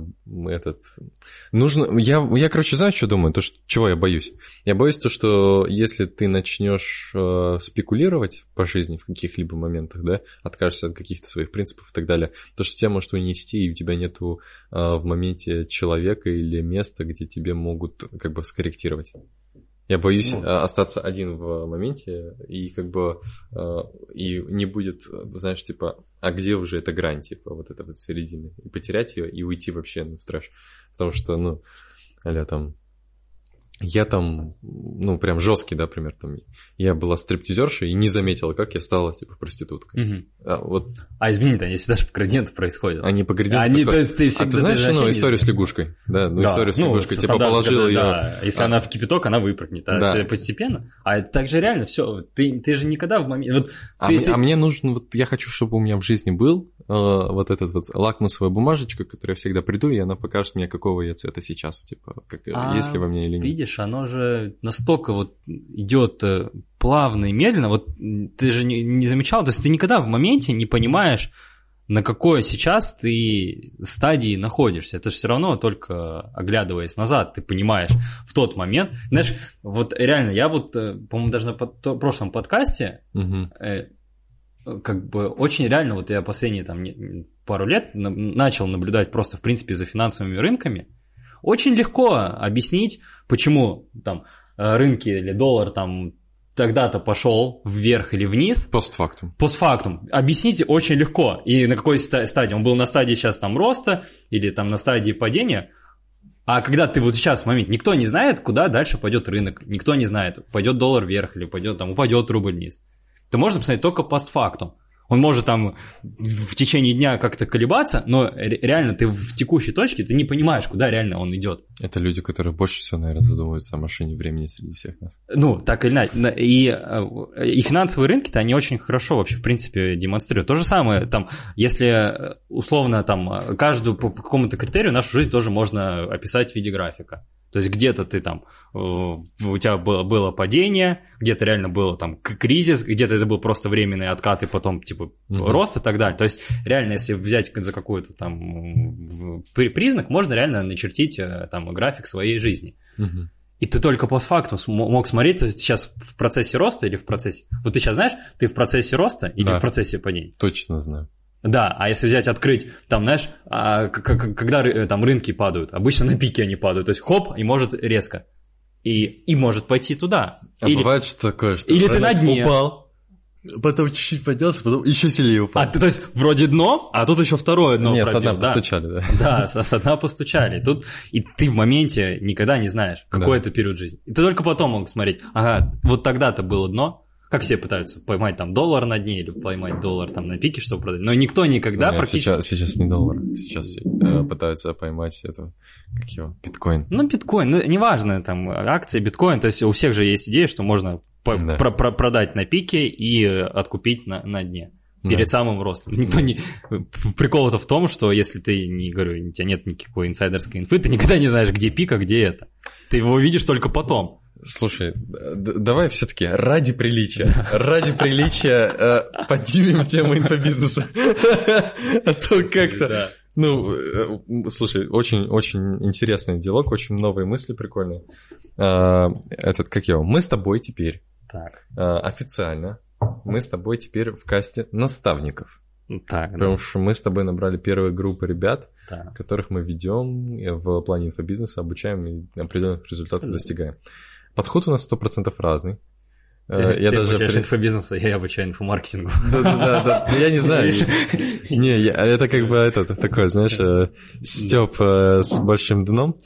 Я, короче, знаю, что думаю, чего я боюсь. Я боюсь что если ты начнешь спекулировать по жизни в каких-либо моментах, да, откажешься от каких-то своих принципов и так далее, то что тебя может унести, и у тебя нету в моменте человека или места, где тебе могут скорректировать. Я боюсь остаться один в моменте и и не будет, знаешь, а где уже эта грань, эта середина, и потерять ее и уйти вообще в трэш. Потому что, я прям жесткий, да, например, я была стриптизершей и не заметила, как я стала, проституткой. Угу. Извини-то, если даже по градиенту происходит. Они по градиенту происходят. Ты знаешь, историю с лягушкой? Да, историю с лягушкой. Положил ее... Да, если она в кипяток, она выпрыгнет, если постепенно. А так же реально все. Ты же никогда в момент... мне нужно... я хочу, чтобы у меня в жизни был лакмусовая бумажечка, которая всегда приду, и она покажет мне, какого я цвета сейчас, есть ли во мне или нет. Видишь, оно же настолько идет плавно и медленно, ты же не замечал, то есть ты никогда в моменте не понимаешь, на какой сейчас ты стадии находишься. Это же все равно только оглядываясь назад, ты понимаешь в тот момент. Знаешь, реально, я по-моему, даже на прошлом подкасте как бы очень реально, вот я последние там пару лет начал наблюдать просто, в принципе, за финансовыми рынками. Очень легко объяснить, почему там рынки или доллар там тогда-то пошел вверх или вниз. Постфактум. Постфактум. Объяснить очень легко. И на какой стадии? Он был на стадии сейчас там роста или там на стадии падения. А когда ты вот сейчас в момент, никто не знает, куда дальше пойдет рынок. Никто не знает, пойдет доллар вверх или пойдет, там, упадет рубль вниз. Это можно посмотреть только постфактум. Он может там в течение дня как-то колебаться, но реально ты в текущей точке, ты не понимаешь, куда реально он идет. Это люди, которые больше всего, наверное, задумываются о машине времени среди всех нас. Ну, так или иначе. И финансовые рынки-то, они очень хорошо вообще, в принципе, демонстрируют. То же самое, там, если условно там каждую по какому-то критерию нашу жизнь тоже можно описать в виде графика. То есть где-то ты там, у тебя было падение, где-то реально было там кризис, где-то это был просто временный откат и потом типа рост и так далее. То есть реально, если взять за какой-то там признак, можно реально начертить там график своей жизни. И ты только постфактум мог смотреть, ты сейчас в процессе роста или в процессе... Вот ты сейчас знаешь, ты в процессе роста или в процессе падения? Точно знаю. Да, а если взять, открыть, там, знаешь, когда там рынки падают, обычно на пике они падают, то есть хоп, и может резко, и может пойти туда. А или, бывает что такое, что или ты на дне. Упал, потом чуть-чуть поднялся, потом еще сильнее упал. То есть вроде дно, а тут еще второе дно. Нет, с дна постучали, да. Да, с дна постучали. Тут, и ты в моменте никогда не знаешь, какой это период жизни. И ты только потом мог смотреть, ага, вот тогда-то было дно. Как все пытаются поймать там доллар на дне или поймать доллар там на пике, чтобы продать. Но никто никогда практически... Сейчас не доллар, сейчас пытаются поймать это, как его, биткоин. Ну, биткоин, ну, неважно, там, акции, биткоин, то есть у всех же есть идея, что можно продать на пике и откупить на дне. Перед самым ростом. Никто не... Прикол-то в том, что если ты, не говорю, у тебя нет никакой инсайдерской инфы, ты никогда не знаешь, где пик, а где это. Ты его видишь только потом. Слушай, давай все-таки ради приличия поднимем тему инфобизнеса. А то как-то... Ну, слушай, очень интересный диалог, очень новые мысли прикольные. Мы с тобой теперь официально, мы с тобой теперь в касте наставников. Потому что мы с тобой набрали первую группу ребят, которых мы ведем в плане инфобизнеса, обучаем и определенных результатов достигаем. Подход у нас 100% разный. Ты обучаешь инфобизнесу, я обучаю инфомаркетингу. Да, я не знаю. Не, это как бы такое, знаешь, стёб с большим дном.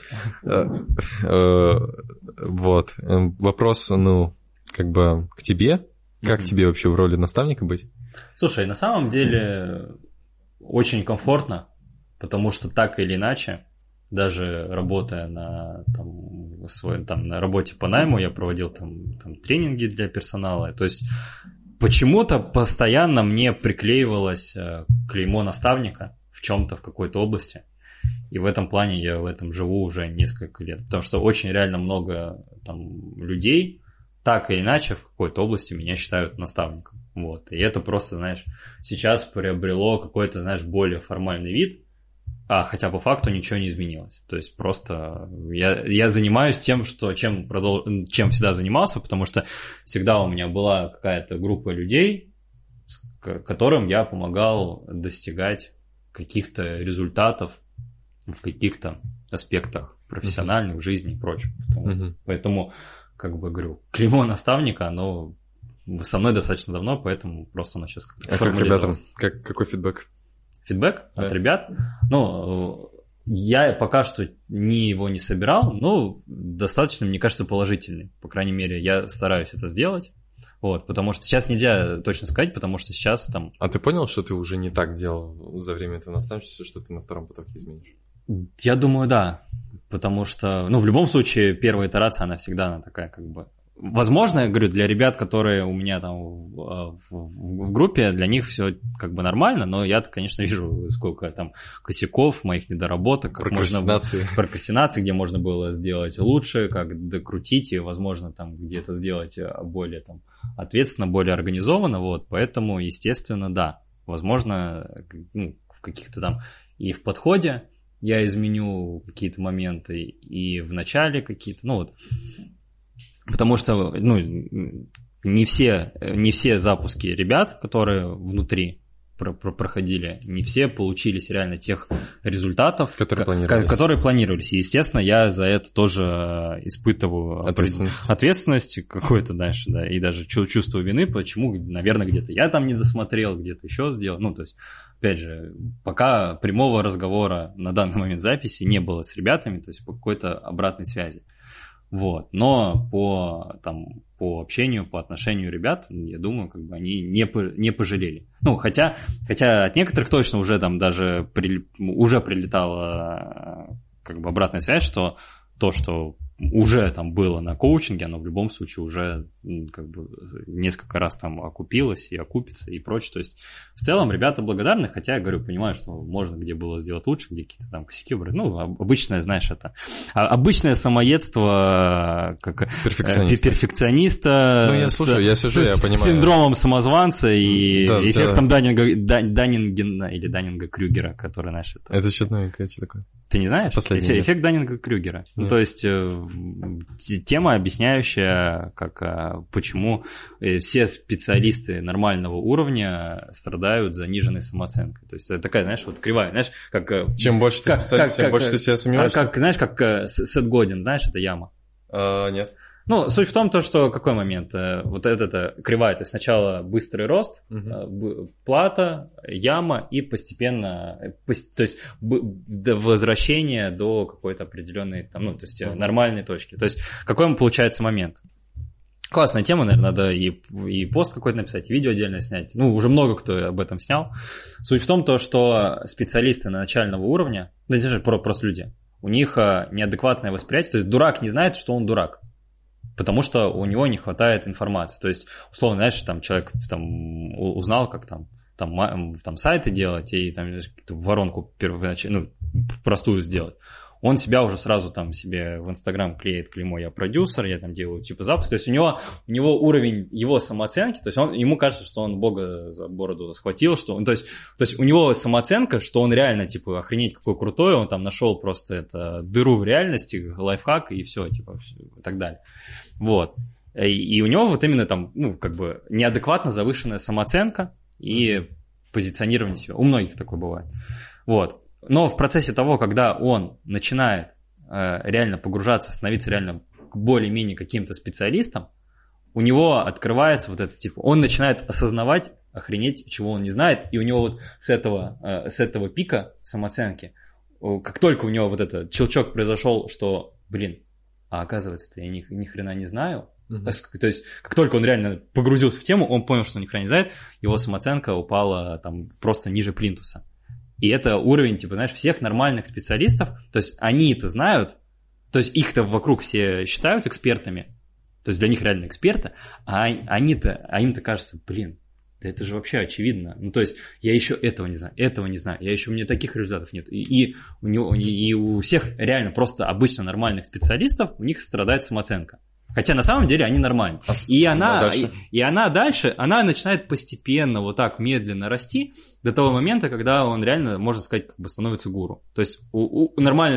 Вот. Вопрос, как бы к тебе. Как тебе вообще в роли наставника быть? Слушай, на самом деле очень комфортно, потому что так или иначе, даже работая на на работе по найму, я проводил там тренинги для персонала. То есть почему-то постоянно мне приклеивалось клеймо наставника в чем-то, в какой-то области. И в этом плане я в этом живу уже несколько лет. Потому что очень реально много там людей так или иначе в какой-то области меня считают наставником. Вот. И это просто, знаешь, сейчас приобрело какой-то, знаешь, более формальный вид, хотя по факту ничего не изменилось. То есть просто я занимаюсь тем, чем всегда занимался, потому что всегда у меня была какая-то группа людей, которым я помогал достигать каких-то результатов в каких-то аспектах профессиональных, жизни и прочего. Поэтому, как бы говорю, клеймо наставника, оно со мной достаточно давно, поэтому просто оно сейчас как-то формализовалось. Как ребятам? Какой фидбэк? Фидбэк от ребят? Я пока что его не собирал, но достаточно, мне кажется, положительный. По крайней мере, я стараюсь это сделать. Вот, потому что сейчас нельзя точно сказать, потому что сейчас там... А ты понял, что ты уже не так делал за время этого наставничества, что ты на втором потоке изменишь? Я думаю, да. Потому что, в любом случае, первая итерация, она всегда такая, как бы... Возможно, я говорю, для ребят, которые у меня там в группе, для них все как бы нормально, но я, конечно, вижу, сколько там косяков, моих недоработок, прокрастинации, где можно было сделать лучше, как докрутить и, возможно, там где-то сделать более там ответственно, более организованно, вот, поэтому, естественно, да, возможно, в каких-то там и в подходе я изменю какие-то моменты, и в начале какие-то, Потому что, не все запуски ребят, которые внутри проходили, не все получились реально тех результатов, которые планировались. И, естественно, я за это тоже испытываю ответственность какой-то, знаешь, да, и даже чувство вины, почему, наверное, где-то я там не досмотрел, где-то еще сделал. Ну, то есть, опять же, пока прямого разговора на данный момент записи не было с ребятами, то есть по какой-то обратной связи. Вот. Но по общению, по отношению ребят, я думаю, как бы они не пожалели. Ну, хотя от некоторых точно уже там даже уже прилетала как бы обратная связь, что то, что уже там было на коучинге, оно в любом случае уже как бы несколько раз там окупилось и окупится и прочее. То есть в целом ребята благодарны, хотя я говорю, понимаю, что можно где было сделать лучше, где какие-то там косяки брать. Ну, обычное, знаешь, это обычное самоедство как перфекциониста ну, я слушаю, я сижу, я понимаю. С синдромом самозванца и эффектом Даннингена или Даннинга-Крюгера, который, знаешь, это... Это что такое? Ты не знаешь? Эффект Даннинга-Крюгера. Ну, то есть тема, объясняющая, почему все специалисты нормального уровня страдают заниженной самооценкой. То есть это такая, знаешь, вот кривая, знаешь, как... Чем больше ты специалист, тем больше ты себя сомневаешься. Знаешь, как Сет Годин, знаешь, это яма. Нет. Ну, суть в том, что какой момент? Вот это кривая, то есть сначала быстрый рост, плата, яма и постепенно, то есть возвращение до какой-то определенной, там, ну, то есть нормальной точки. То есть какой получается момент? Классная тема, наверное, надо и пост какой-то написать, и видео отдельно снять. Ну, уже много кто об этом снял. Суть в том, что специалисты начального уровня, да даже просто люди, у них неадекватное восприятие, то есть дурак не знает, что он дурак. Потому что у него не хватает информации. То есть, условно, знаешь, там человек там узнал, как там сайты делать и там воронку простую сделать. Он себя уже сразу там себе в Инстаграм клеит клеймо «я продюсер», я там делаю типа запуск. То есть у него уровень его самооценки, то есть ему кажется, что он Бога за бороду схватил, что он, то есть у него самооценка, что он реально типа охренеть какой крутой, он там нашел просто это дыру в реальности, лайфхак и все, типа и так далее. Вот. И у него вот именно там, ну, как бы неадекватно завышенная самооценка и позиционирование себя. У многих такое бывает. Вот. Но в процессе того, когда он начинает реально погружаться, становиться реально более-менее каким-то специалистом, у него открывается вот это, типа, он начинает осознавать, охренеть, чего он не знает, и у него вот с этого пика самооценки, как только у него вот этот щелчок произошел, что, блин, а оказывается-то я ни хрена не знаю, то есть, как только он реально погрузился в тему, он понял, что он ни хрена не знает, его самооценка упала там просто ниже плинтуса. И это уровень, типа, знаешь, всех нормальных специалистов, то есть они это знают, то есть их-то вокруг все считают экспертами, то есть для них реально эксперты, а им-то кажется, блин, да это же вообще очевидно. Ну, то есть я еще этого не знаю, у меня таких результатов нет. И у всех реально просто обычно нормальных специалистов у них страдает самооценка. Хотя на самом деле они нормальны. И она дальше начинает постепенно вот так медленно расти до того момента, когда он реально, можно сказать, как бы становится гуру. То есть у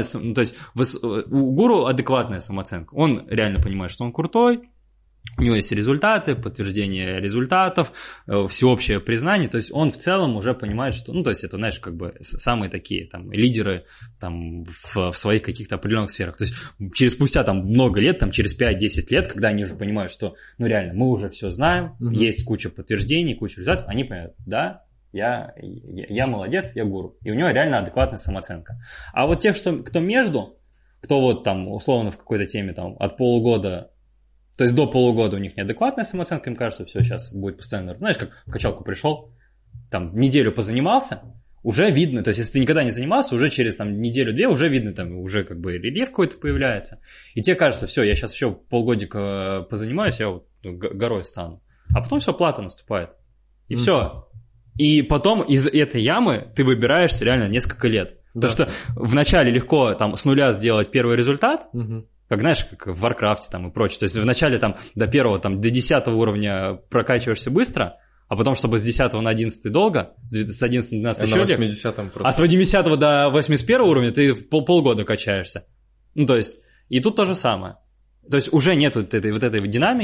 гуру адекватная самооценка. Он реально понимает, что он крутой, у него есть результаты, подтверждение результатов, всеобщее признание, то есть он в целом уже понимает, что, ну, то есть это, знаешь, как бы самые такие там лидеры там в своих каких-то определенных сферах, то есть спустя там много лет, там через 5-10 лет, когда они уже понимают, что, ну, реально, мы уже все знаем, есть куча подтверждений, куча результатов, они понимают, да, я молодец, я гуру, и у него реально адекватная самооценка. А вот те, кто между, кто вот там условно в какой-то теме там от полугода, то есть до полугода у них неадекватная самооценка, им кажется, все, сейчас будет постоянно... Знаешь, как в качалку пришел, там неделю позанимался, уже видно, то есть если ты никогда не занимался, уже через там неделю-две уже видно, там уже как бы рельеф какой-то появляется, и тебе кажется, все, я сейчас еще полгодика позанимаюсь, я вот горой стану. А потом все, плата наступает, и все. И потом из этой ямы ты выбираешься реально несколько лет. Да. Потому что вначале легко там с нуля сделать первый результат, как, знаешь, как в Варкрафте там и прочее. То есть вначале там до первого, там до 10 уровня прокачиваешься быстро, а потом, чтобы с 10 на 11 долго, с 11 на 12 еще легче. А с 80 до 81 уровня ты полгода качаешься. Ну, то есть, и тут то же самое. То есть уже нет вот этой динамики,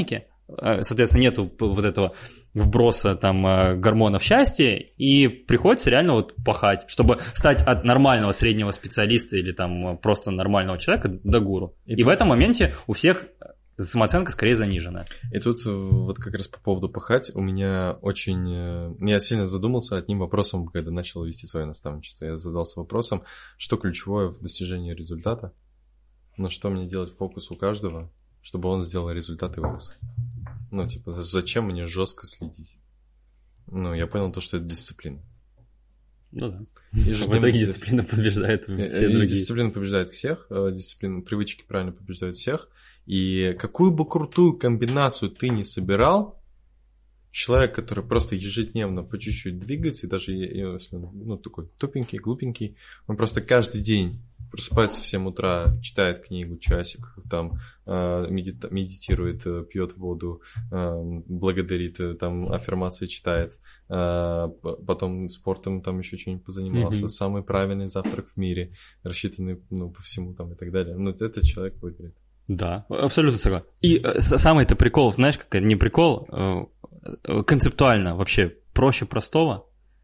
соответственно, нету вот этого вброса там гормонов счастья, и приходится реально вот пахать, чтобы стать от нормального среднего специалиста или там просто нормального человека до гуру. И в этом моменте у всех самооценка скорее занижена. И тут вот как раз по поводу пахать у меня я сильно задумался одним вопросом, когда начал вести свое наставничество. Я задался вопросом, что ключевое в достижении результата, на что мне делать фокус у каждого, чтобы он сделал результат и вырос. Ну, типа, зачем мне жестко следить? Ну, я понял то, что это дисциплина. Ну да. В итоге дисциплина побеждает все другие. Дисциплина побеждает всех, привычки правильно побеждают всех. И какую бы крутую комбинацию ты ни собирал, человек, который просто ежедневно по чуть-чуть двигается, и даже если он такой тупенький, глупенький, он просто каждый день просыпается в 7 утра, читает книгу часик, там медитирует, пьет воду, благодарит, там аффирмации читает, потом спортом там еще что-нибудь позанимался, самый правильный завтрак в мире, рассчитанный по всему там и так далее. Этот человек выиграет. Да, абсолютно согласен. И самый-то прикол, знаешь, как не прикол, концептуально вообще проще простого,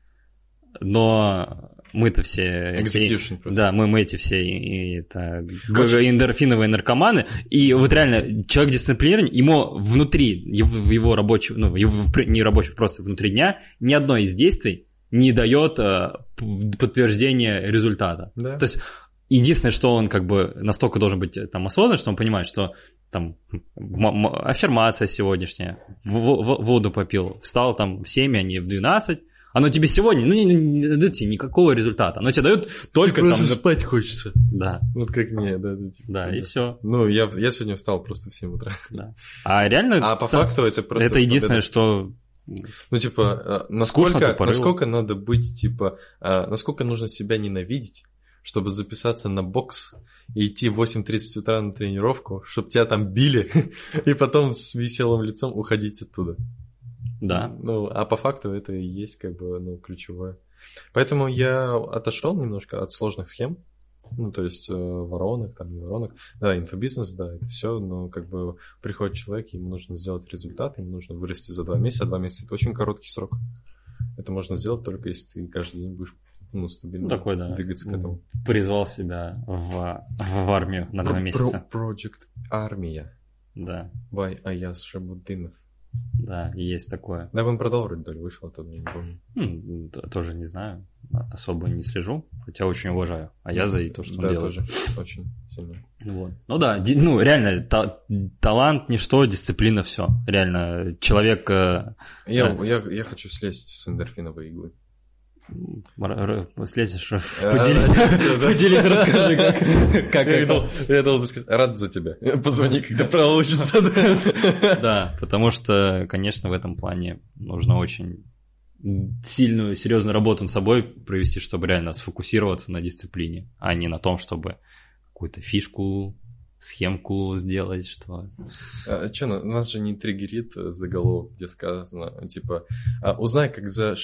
но мы-то все... Execution просто. Да, мы эти все эндорфиновые наркоманы, и вот реально человек дисциплинированный, ему внутри, в его рабочем, не рабочем, просто внутри дня, ни одно из действий не дает подтверждения результата. Да. То есть единственное, что он как бы настолько должен быть там осознанный, что он понимает, что там аффирмация сегодняшняя, воду попил, встал там в 7, а не в 12, оно тебе сегодня, не дает тебе никакого результата, оно тебе дает только просто там... спать хочется. Да. Вот как мне, да. Да, и все. Я сегодня встал просто в 7 утра. Да. А реально... по факту это просто... Это единственное, что... насколько надо быть, насколько нужно себя ненавидеть, чтобы записаться на бокс и идти в 8:30 утра на тренировку, чтобы тебя там били, и потом с веселым лицом уходить оттуда. Да. А по факту это и есть как бы ключевое. Поэтому я отошел немножко от сложных схем, то есть воронок, там не воронок. Да, инфобизнес, да, это все, но как бы приходит человек, ему нужно сделать результат, ему нужно вырасти за 2 месяца, а 2 месяца это очень короткий срок. Это можно сделать только если ты каждый день будешь стабильно двигаться к этому. Призвал себя в армию на 2 месяца. Project Армия. Да. By Аяз Шабуддинов. Да, есть такое. Да, он продал вроде вышел оттуда, я не помню. Тоже не знаю, особо не слежу, хотя очень уважаю Аяза и то, что он делает. Да, тоже очень сильно. Вот. Реально, талант, ничто, дисциплина, все. Реально, человек... Я хочу слезть с эндорфиновой иглы. Слезешь, поделись, расскажи, как это. Я должен сказать, рад за тебя. Позвони, когда получится. Да, потому что, конечно, в этом плане нужно очень сильную, серьезную работу над собой провести, чтобы реально сфокусироваться на дисциплине, а не на том, чтобы какую-то фишку, схемку сделать, что... нас же не триггерит заголовок, где сказано, узнай, как за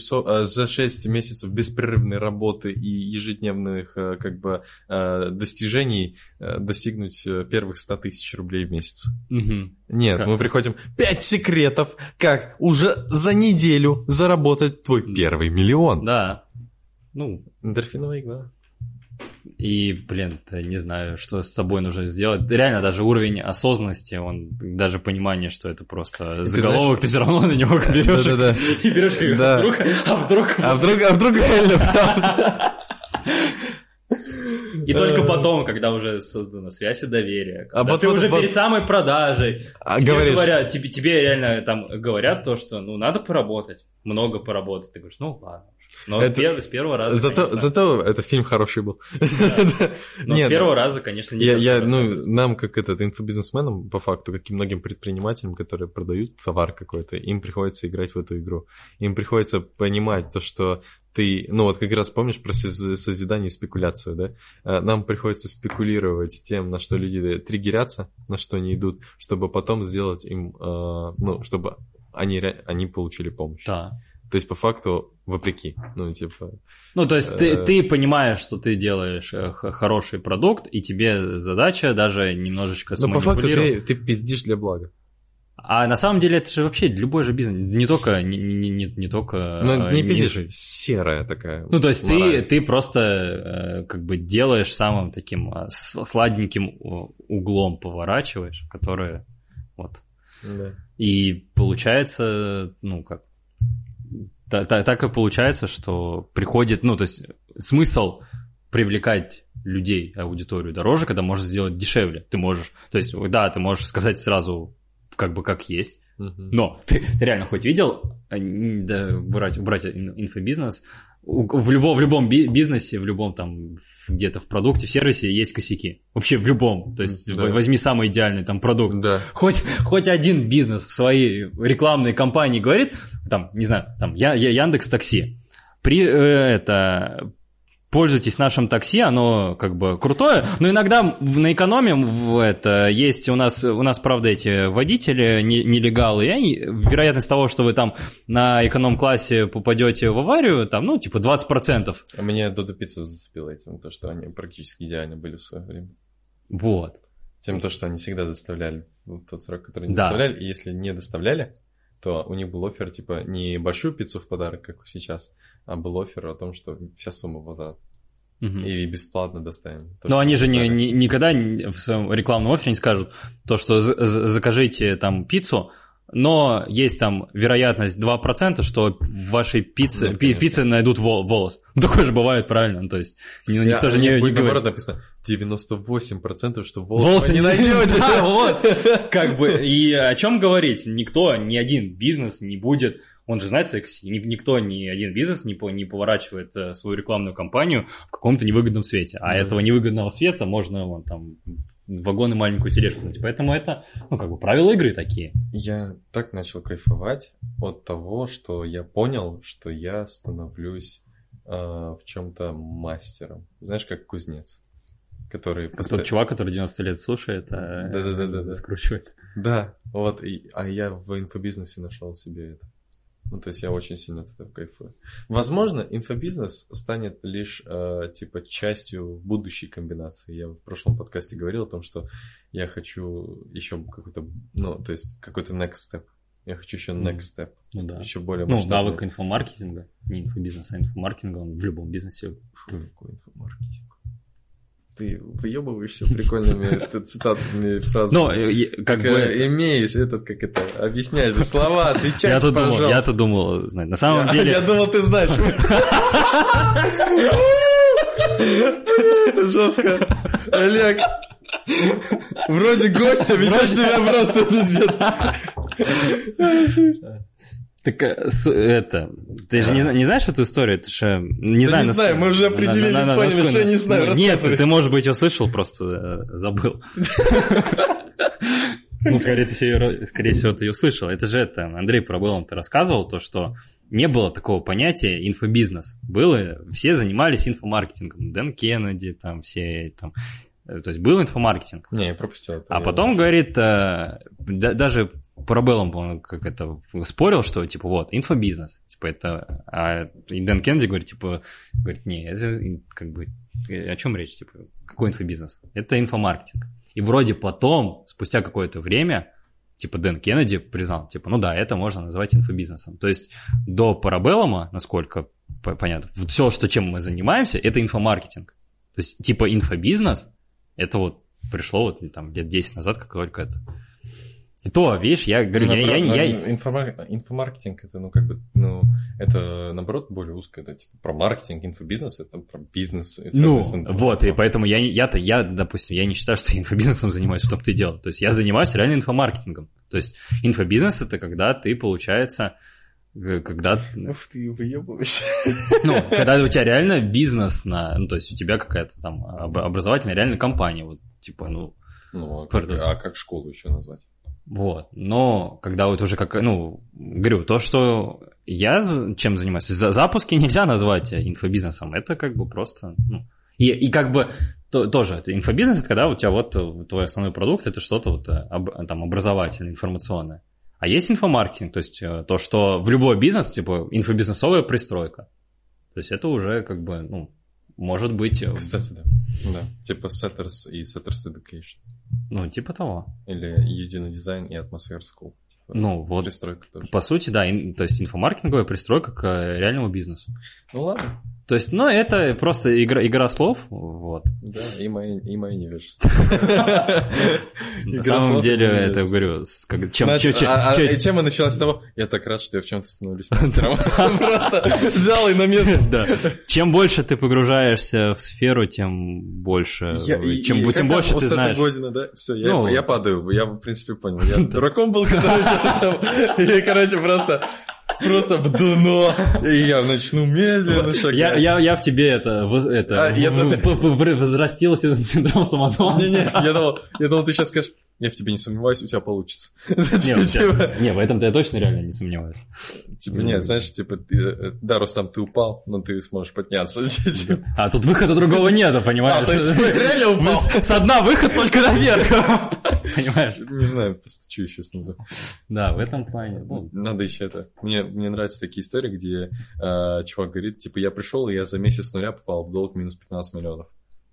6 месяцев беспрерывной работы и ежедневных, достижений достигнуть первых 100 тысяч рублей в месяц. Угу. Нет, мы приходим, 5 секретов, как уже за неделю заработать твой первый миллион. Да. Эндорфиновая игла. И, не знаю, что с собой нужно сделать. Реально, даже уровень осознанности, даже понимание, что это просто заголовок, ты все равно на него берешь. Да. И берешь, а вдруг реально. И только потом, когда уже создана связь и доверие, когда ты уже перед самой продажей, тебе реально там говорят то, что надо поработать, много поработать. Ты говоришь, ладно. Но с первого раза, Зато это фильм хороший был. Да. Но с первого раза, конечно, не нам, как инфобизнесменам, по факту, как и многим предпринимателям, которые продают товар какой-то, им приходится играть в эту игру. Им приходится понимать то, что ты... как раз помнишь про созидание и спекуляцию, да? Нам приходится спекулировать тем, на что люди триггерятся, на что они идут, чтобы потом сделать им... чтобы они получили помощь. Да. То есть, по факту, вопреки. То есть, ты понимаешь, что ты делаешь хороший продукт, и тебе задача даже немножечко сманипулировать. Но по факту ты пиздишь для блага. А на самом деле это же вообще любой же бизнес, не только... Не только ну, не пиздишь же, серая такая. Ну, то есть ты просто как бы делаешь самым таким сладеньким углом поворачиваешь, который вот. Да. И получается, ну, как... Так и получается, что приходит... Ну, то есть смысл привлекать людей, аудиторию дороже, когда можно сделать дешевле. Ты можешь... То есть, да, ты можешь сказать сразу как бы как есть, но ты реально хоть видел, убрать инфобизнес, в любом бизнесе, в любом там где-то в продукте, в сервисе есть косяки. Вообще в любом. То есть возьми самый идеальный там продукт. Да. Хоть один бизнес в своей рекламной кампании говорит, там, не знаю, там Яндекс.Такси. Пользуйтесь нашим такси, оно как бы крутое, но иногда на экономе есть у нас, правда, эти водители нелегалы, и вероятность того, что вы там на эконом-классе попадете в аварию, там, ну, типа 20%. А меня Додо Пицца зацепила этим, то, что они практически идеально были в свое время. Вот. Тем, то, что они всегда доставляли в тот срок, который не доставляли, и если не доставляли, то у них был оффер, типа, не большую пиццу в подарок, как сейчас, а был оффер о том, что вся сумма возврат. И бесплатно доставим. Но они же никогда в своем рекламном оффере не скажут то, что закажите там пиццу, но есть там вероятность 2%, что в вашей пицце найдут волос. Такое же бывает, правильно? То есть никто же не говорит. Наоборот написано 98%, что волосы не найдете. Да, вот. Как бы, и о чем говорить? Никто, ни один бизнес не будет... Он же знает свои косяки. Никто, ни один бизнес не поворачивает свою рекламную кампанию в каком-то невыгодном свете. А этого невыгодного света можно вон, там, вагон и маленькую тележку. Поэтому это, ну, как бы правила игры такие. Я так начал кайфовать от того, что я понял, что я становлюсь в чем-то мастером. Знаешь, как кузнец. Который тот чувак, который 90 лет слушает, скручивает. Да, вот. А я в инфобизнесе нашел себе это. Ну, то есть я очень сильно от этого кайфую. Возможно, инфобизнес станет лишь, типа, частью будущей комбинации. Я в прошлом подкасте говорил о том, что я хочу еще какой-то, ну, то есть какой-то next step. Я хочу еще next step. Ну, да. Еще более масштабный. Ну, навык инфомаркетинга. Не инфобизнеса, а инфомаркетинга, он в любом бизнесе. Что такое инфомаркетинг? Ты выебываешься прикольными цитатами, фразами. Ну, как бы... Имеешь как это, объясняй за слова, отвечай, пожалуйста. Я-то думал, на самом деле... Я думал, ты знаешь. Это жестко. Олег, вроде гостя, ведешь себя просто пиздец. Так это, ты же не знаешь эту историю? Ты же не знаю. Не знаю, мы уже определили, поняли, что я не знаю. Нет, ты, может быть, услышал, просто забыл. Ну, скорее всего, ты ее услышал. Это же Андрей Парабеллум-то рассказывал, то, что не было такого понятия инфобизнес. Все занимались инфомаркетингом. Дэн Кеннеди, там все там... То есть был инфомаркетинг. Не, я пропустил это. А потом, говорит, даже Парабеллум, он как это спорил, что, типа, вот, инфобизнес. Типа, это... А Дэн Кеннеди говорит, не, это как бы... О чем речь? Типа, какой инфобизнес? Это инфомаркетинг. И вроде потом, спустя какое-то время, типа, Дэн Кеннеди признал, типа, ну да, это можно назвать инфобизнесом. То есть до Парабеллума, насколько понятно, все, чем мы занимаемся, это инфомаркетинг. То есть, типа, инфобизнес, это вот пришло вот там лет 10 назад, как только это. И то, видишь, я говорю, инфомаркетинг, это, ну, как бы, ну, это, наоборот, более узко, это, типа, про маркетинг, инфобизнес, это про бизнес. Ну, вот, и поэтому я, допустим, я не считаю, что я инфобизнесом занимаюсь, в том-то и дело. То есть я занимаюсь реально инфомаркетингом. То есть инфобизнес — это когда ты, получается, когда... Уф, ты выебываешься. Ну, когда у тебя реально бизнес ну, то есть у тебя какая-то там образовательная реальная компания, вот, типа, ну... Ну, а как школу еще назвать? Вот, но когда вот уже как, ну, говорю, то, что я чем занимаюсь, запуски нельзя назвать инфобизнесом, это как бы просто, ну, и как бы тоже, это инфобизнес, это когда у тебя вот твой основной продукт, это что-то вот там образовательное, информационное. А есть инфомаркетинг, то есть то, что в любой бизнес, типа инфобизнесовая пристройка, то есть это уже как бы, ну, может быть... Кстати, да. Да, типа Setters и Setters Education. Ну, типа того. Или Udemy Design и Atmosphere School. Ну, вот, пристройка тоже. По сути, да, то есть инфомаркетинговая пристройка к реальному бизнесу. Ну ладно. То есть, ну, это просто игра слов, вот. Да, и мои невежество. На самом деле, это, говорю, тема началась с того, я так рад, что я в чем-то становлюсь мастером. Просто взял и на место. Да. Чем больше ты погружаешься в сферу, тем больше, чем больше ты знаешь. Все, я падаю, я, в принципе, понял. Я дураком был, который что-то там, и, короче, просто в дно, и я начну медленно шагать. Я в тебе возрастился синдром самозванца. Я думал, ты сейчас скажешь, я в тебе не сомневаюсь, у тебя получится. Не, в этом-то я точно реально не сомневаюсь. Типа, нет, знаешь, типа, да, Рустам, ты упал, но ты сможешь подняться. А тут выхода другого нету, понимаешь? То есть реально упал? Со дна выход только наверх. Понимаешь? Не знаю, постучу еще снизу. Да, в этом плане. Надо еще это. Мне нравятся такие истории, где чувак говорит, типа, я пришел, и я за месяц с нуля попал в долг минус 15 миллионов.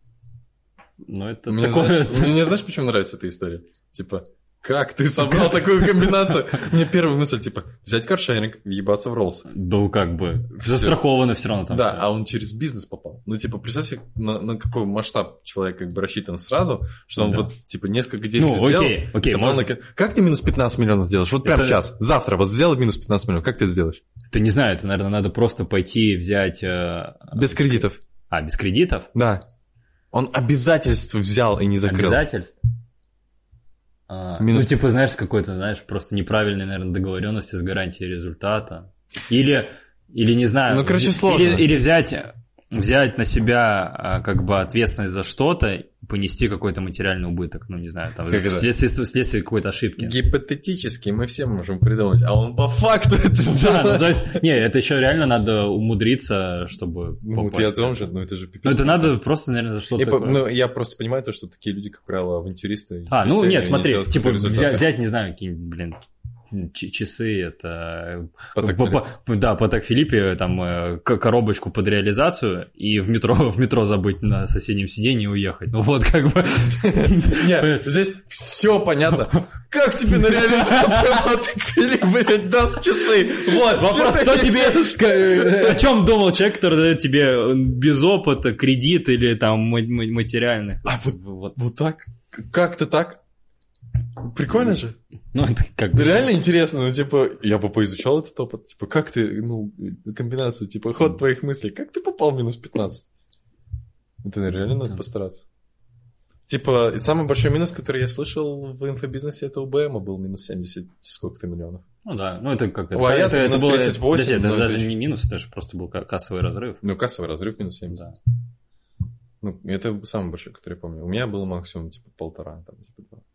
Ну, это мне такое... Мне знаешь, почему нравится эта история? Типа, как ты собрал такую комбинацию? Мне первая мысль, типа, взять каршеринг, въебаться в Роллс. Да, как бы, застраховано все равно там. Да, а он через бизнес попал. Ну, типа, представь себе, на какой масштаб человек как бы рассчитан сразу, что он вот, типа, несколько действий сделал. Окей, можно... Как ты минус 15 миллионов сделаешь? Вот прямо сейчас, завтра, вот сделай минус 15 миллионов, как ты это сделаешь? Ты не знаю, это, наверное, надо просто пойти взять... Без кредитов. Без кредитов? Да. Он обязательств взял и не закрыл. Обязательств? Ну, типа, знаешь, какой-то, просто неправильной, наверное, договоренности с гарантией результата. Или не знаю... Ну, короче, сложно. Или взять на себя как бы ответственность за что-то, понести какой-то материальный убыток, ну, не знаю, там, вследствие какой-то ошибки. Гипотетически мы все можем придумать, а он по факту это сделал. Да, ну, то есть, это еще реально надо умудриться, чтобы попасть. Я о том же, это же пипец. Ну, это надо просто, наверное, за что-то такое. Ну, я просто понимаю то, что такие люди, как правило, авантюристы. Нет, смотри, типа, взять, не знаю, какие-нибудь, часы, это... Патек Филиппе, там, коробочку под реализацию, и в метро забыть на соседнем сиденье и уехать. Ну вот, как бы... Нет, здесь все понятно. Как тебе на реализацию Патек Филиппе, блядь, даст часы? Вот, вопрос, кто тебе... О чем думал человек, который дает тебе без опыта кредит или там материальных? А вот так? Как-то так? Прикольно же. Ну, это как бы... Реально интересно, ну, типа, я бы поизучал этот опыт. Типа, как ты, комбинация, типа, ход твоих мыслей, как ты попал в минус 15? Это реально надо постараться. Типа, самый большой минус, который я слышал в инфобизнесе, это у БМа был минус 70 сколько-то миллионов. Ну да, это как... У Аяса минус 38. Подожди, это даже не минус, это же просто был кассовый разрыв. Ну, кассовый разрыв минус 70. Да. Ну, это самый большой, который я помню. У меня было максимум, типа, 1,5, там, типа, 2.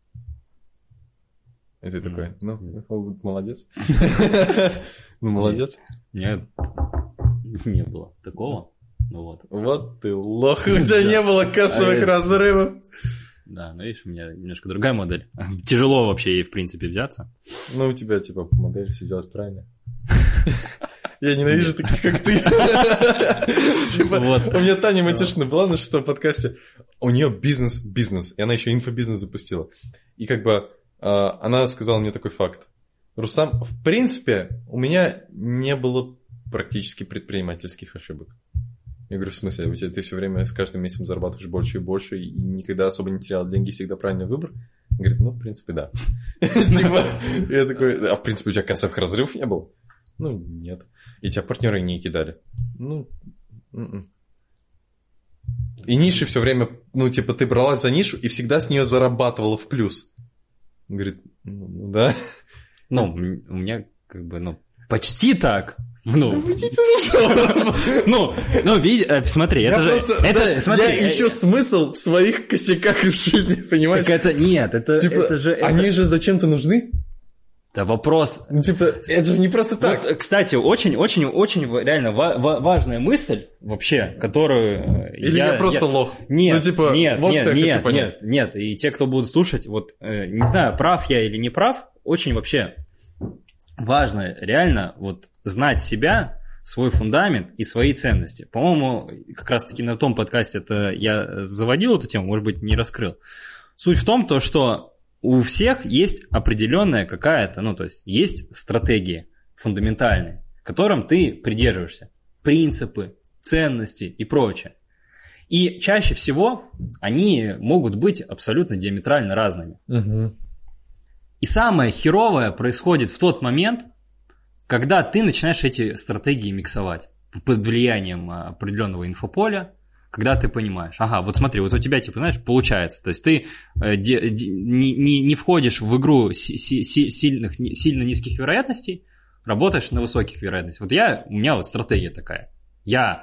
И ты такой, молодец. Ну, молодец. Нет, не было такого. Ну вот. Вот ты лох, у тебя не было кассовых разрывов. Да, ну видишь, у меня немножко другая модель. Тяжело вообще ей, в принципе, взяться. Ну, у тебя, типа, модель все делать правильно. Я ненавижу таких, как ты. Типа, у меня Таня Матюшина была на 6-м подкасте. У нее бизнес, и она еще инфобизнес запустила. И как бы она сказала мне такой факт. Рустам, в принципе, у меня не было практически предпринимательских ошибок. Я говорю, в смысле, ты все время с каждым месяцем зарабатываешь больше и больше, и никогда особо не терял деньги, всегда правильный выбор? Он говорит, ну, в принципе, да. Я такой, а в принципе, у тебя кассовых разрывов не было? Ну, нет. И тебя партнеры не кидали? Ну, и ниши все время, ну, типа, ты бралась за нишу и всегда с нее зарабатывала в плюс. Он говорит, ну, да. Ну, у меня, как бы, почти так. Види, смотри, это же... Я ищу смысл в своих косяках в жизни, понимаешь? Так это, нет, это же... Они же зачем-то нужны? Да вопрос... Типа, это же не просто так. Вот, кстати, очень реально важная мысль вообще, которую... Или я просто лох? Нет, нет. И те, кто будут слушать, вот, не знаю, прав я или не прав, очень вообще важно реально вот знать себя, свой фундамент и свои ценности. По-моему, как раз-таки на том подкасте это я заводил эту тему, может быть, не раскрыл. Суть в том, что у всех есть определенная какая-то, ну, то есть есть стратегии фундаментальные, которым ты придерживаешься. Принципы, ценности и прочее. И чаще всего они могут быть абсолютно диаметрально разными. Угу. И самое херовое происходит в тот момент, когда ты начинаешь эти стратегии миксовать под влиянием определенного инфополя, когда ты понимаешь, ага, вот смотри, вот у тебя, типа, знаешь, получается, то есть ты не входишь в игру сильно низких вероятностей, работаешь на высоких вероятностях. Вот у меня вот стратегия такая. Я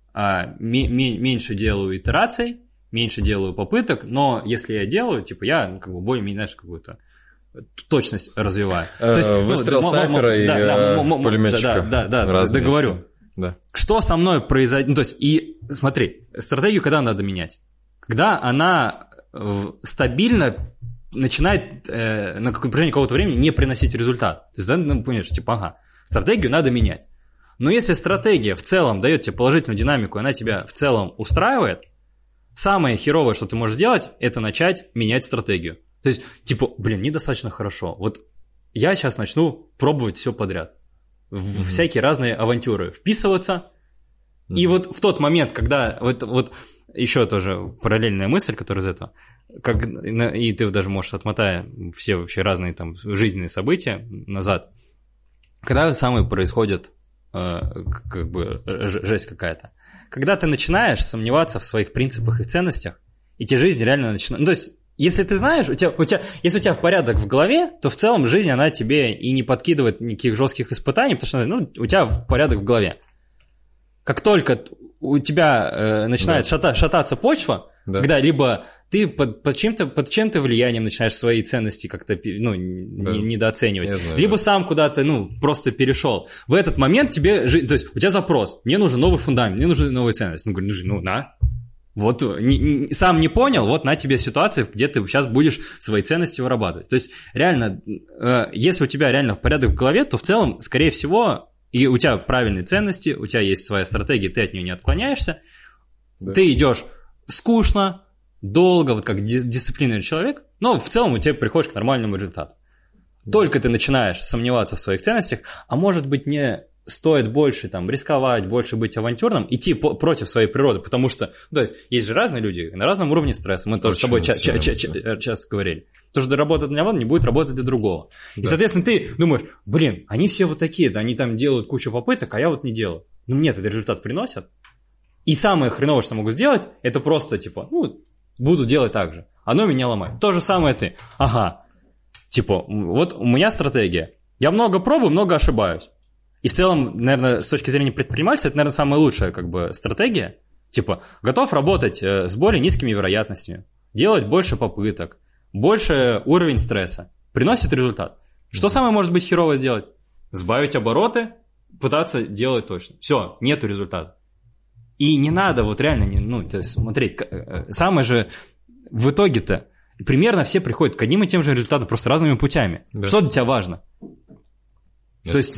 меньше делаю итераций, меньше делаю попыток, но если я делаю, типа, я как бы более-менее, знаешь, какую-то точность развиваю. То есть, выстрел снайпера и пулеметчика. Да, договорю. Да. Что со мной произойдет? Ну, то есть, и смотри, стратегию когда надо менять? Когда она стабильно начинает на протяжении какого-то времени не приносить результат. То есть, да, ну, понимаешь, типа, ага, стратегию надо менять. Но если стратегия в целом дает тебе положительную динамику, она тебя в целом устраивает, самое херовое, что ты можешь сделать, это начать менять стратегию. То есть, типа, недостаточно хорошо. Вот я сейчас начну пробовать все подряд. В всякие разные авантюры. Вписываться. И вот в тот момент, когда... Вот еще тоже параллельная мысль, которая из этого. И ты даже можешь, отмотая все вообще разные там жизненные события назад. Когда самое происходит как бы жесть какая-то. Когда ты начинаешь сомневаться в своих принципах и ценностях, и тебе жизнь реально начинает... Ну, то есть, если ты знаешь, если у тебя в порядок в голове, то в целом жизнь, она тебе и не подкидывает никаких жестких испытаний, потому что у тебя порядок в голове. Как только у тебя начинает шататься почва, когда либо ты под чем-то влиянием начинаешь свои ценности как-то недооценивать, либо сам куда-то просто перешел. В этот момент тебе... То есть у тебя запрос, мне нужен новый фундамент, мне нужны новые ценности. Ну, говорю, на... Вот сам не понял, вот на тебе ситуация, где ты сейчас будешь свои ценности вырабатывать. То есть реально, если у тебя реально в порядок в голове, то в целом, скорее всего, и у тебя правильные ценности, у тебя есть своя стратегия, ты от нее не отклоняешься, ты идешь скучно, долго, вот как дисциплинированный человек, но в целом у тебя приходишь к нормальному результату. Только ты начинаешь сомневаться в своих ценностях, а может быть мне... стоит больше там рисковать, больше быть авантюрным, идти против своей природы, потому что, то есть же разные люди на разном уровне стресса, мы тоже с тобой часто говорили. То, что работает для одного, не будет работать для другого. Да. И, соответственно, ты думаешь, они все вот такие-то, они там делают кучу попыток, а я вот не делаю. Ну, мне этот результат приносят. И самое хреновое, что могу сделать, это просто, типа, буду делать так же. Оно меня ломает. То же самое ты. Ага. Типа, вот у меня стратегия. Я много пробую, много ошибаюсь. И в целом, наверное, с точки зрения предпринимательства, это, наверное, самая лучшая как бы стратегия. Типа, готов работать с более низкими вероятностями, делать больше попыток, больше уровень стресса. Приносит результат. Что самое может быть херово сделать? Сбавить обороты, пытаться делать точно. Все, нету результата. И не надо вот реально, то есть смотреть. Самое же в итоге-то примерно все приходят к одним и тем же результатам, просто разными путями. Да. Что для тебя важно? То есть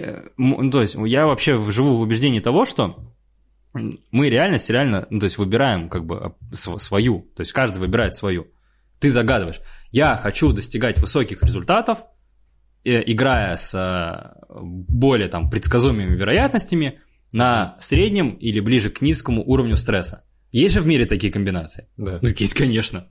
я вообще живу в убеждении того, что мы реально, выбираем как бы свою, то есть каждый выбирает свою. Ты загадываешь, я хочу достигать высоких результатов, играя с более там предсказуемыми вероятностями на среднем или ближе к низкому уровню стресса. Есть же в мире такие комбинации? Да. Есть, конечно.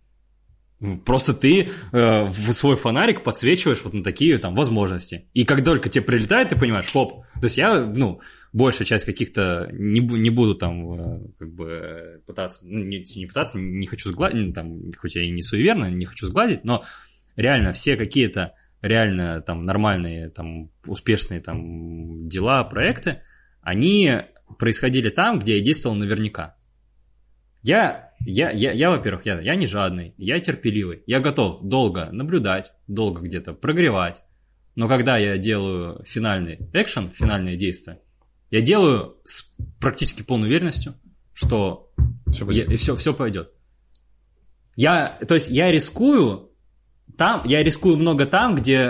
Просто ты в свой фонарик подсвечиваешь вот на такие там возможности. И как только тебе прилетает, ты понимаешь, хоп. То есть я, большую часть каких-то не буду там как бы пытаться, не пытаться, не хочу сгладить, там, хоть я и не суеверно, не хочу сгладить, но реально все какие-то реально там нормальные, там успешные там дела, проекты, они происходили там, где я действовал наверняка. Я, во-первых, я не жадный, я терпеливый, я готов долго наблюдать, долго где-то прогревать, но когда я делаю финальный экшен, финальные действия, я делаю с практически полной уверенностью, что все пойдет. То есть я рискую много там, где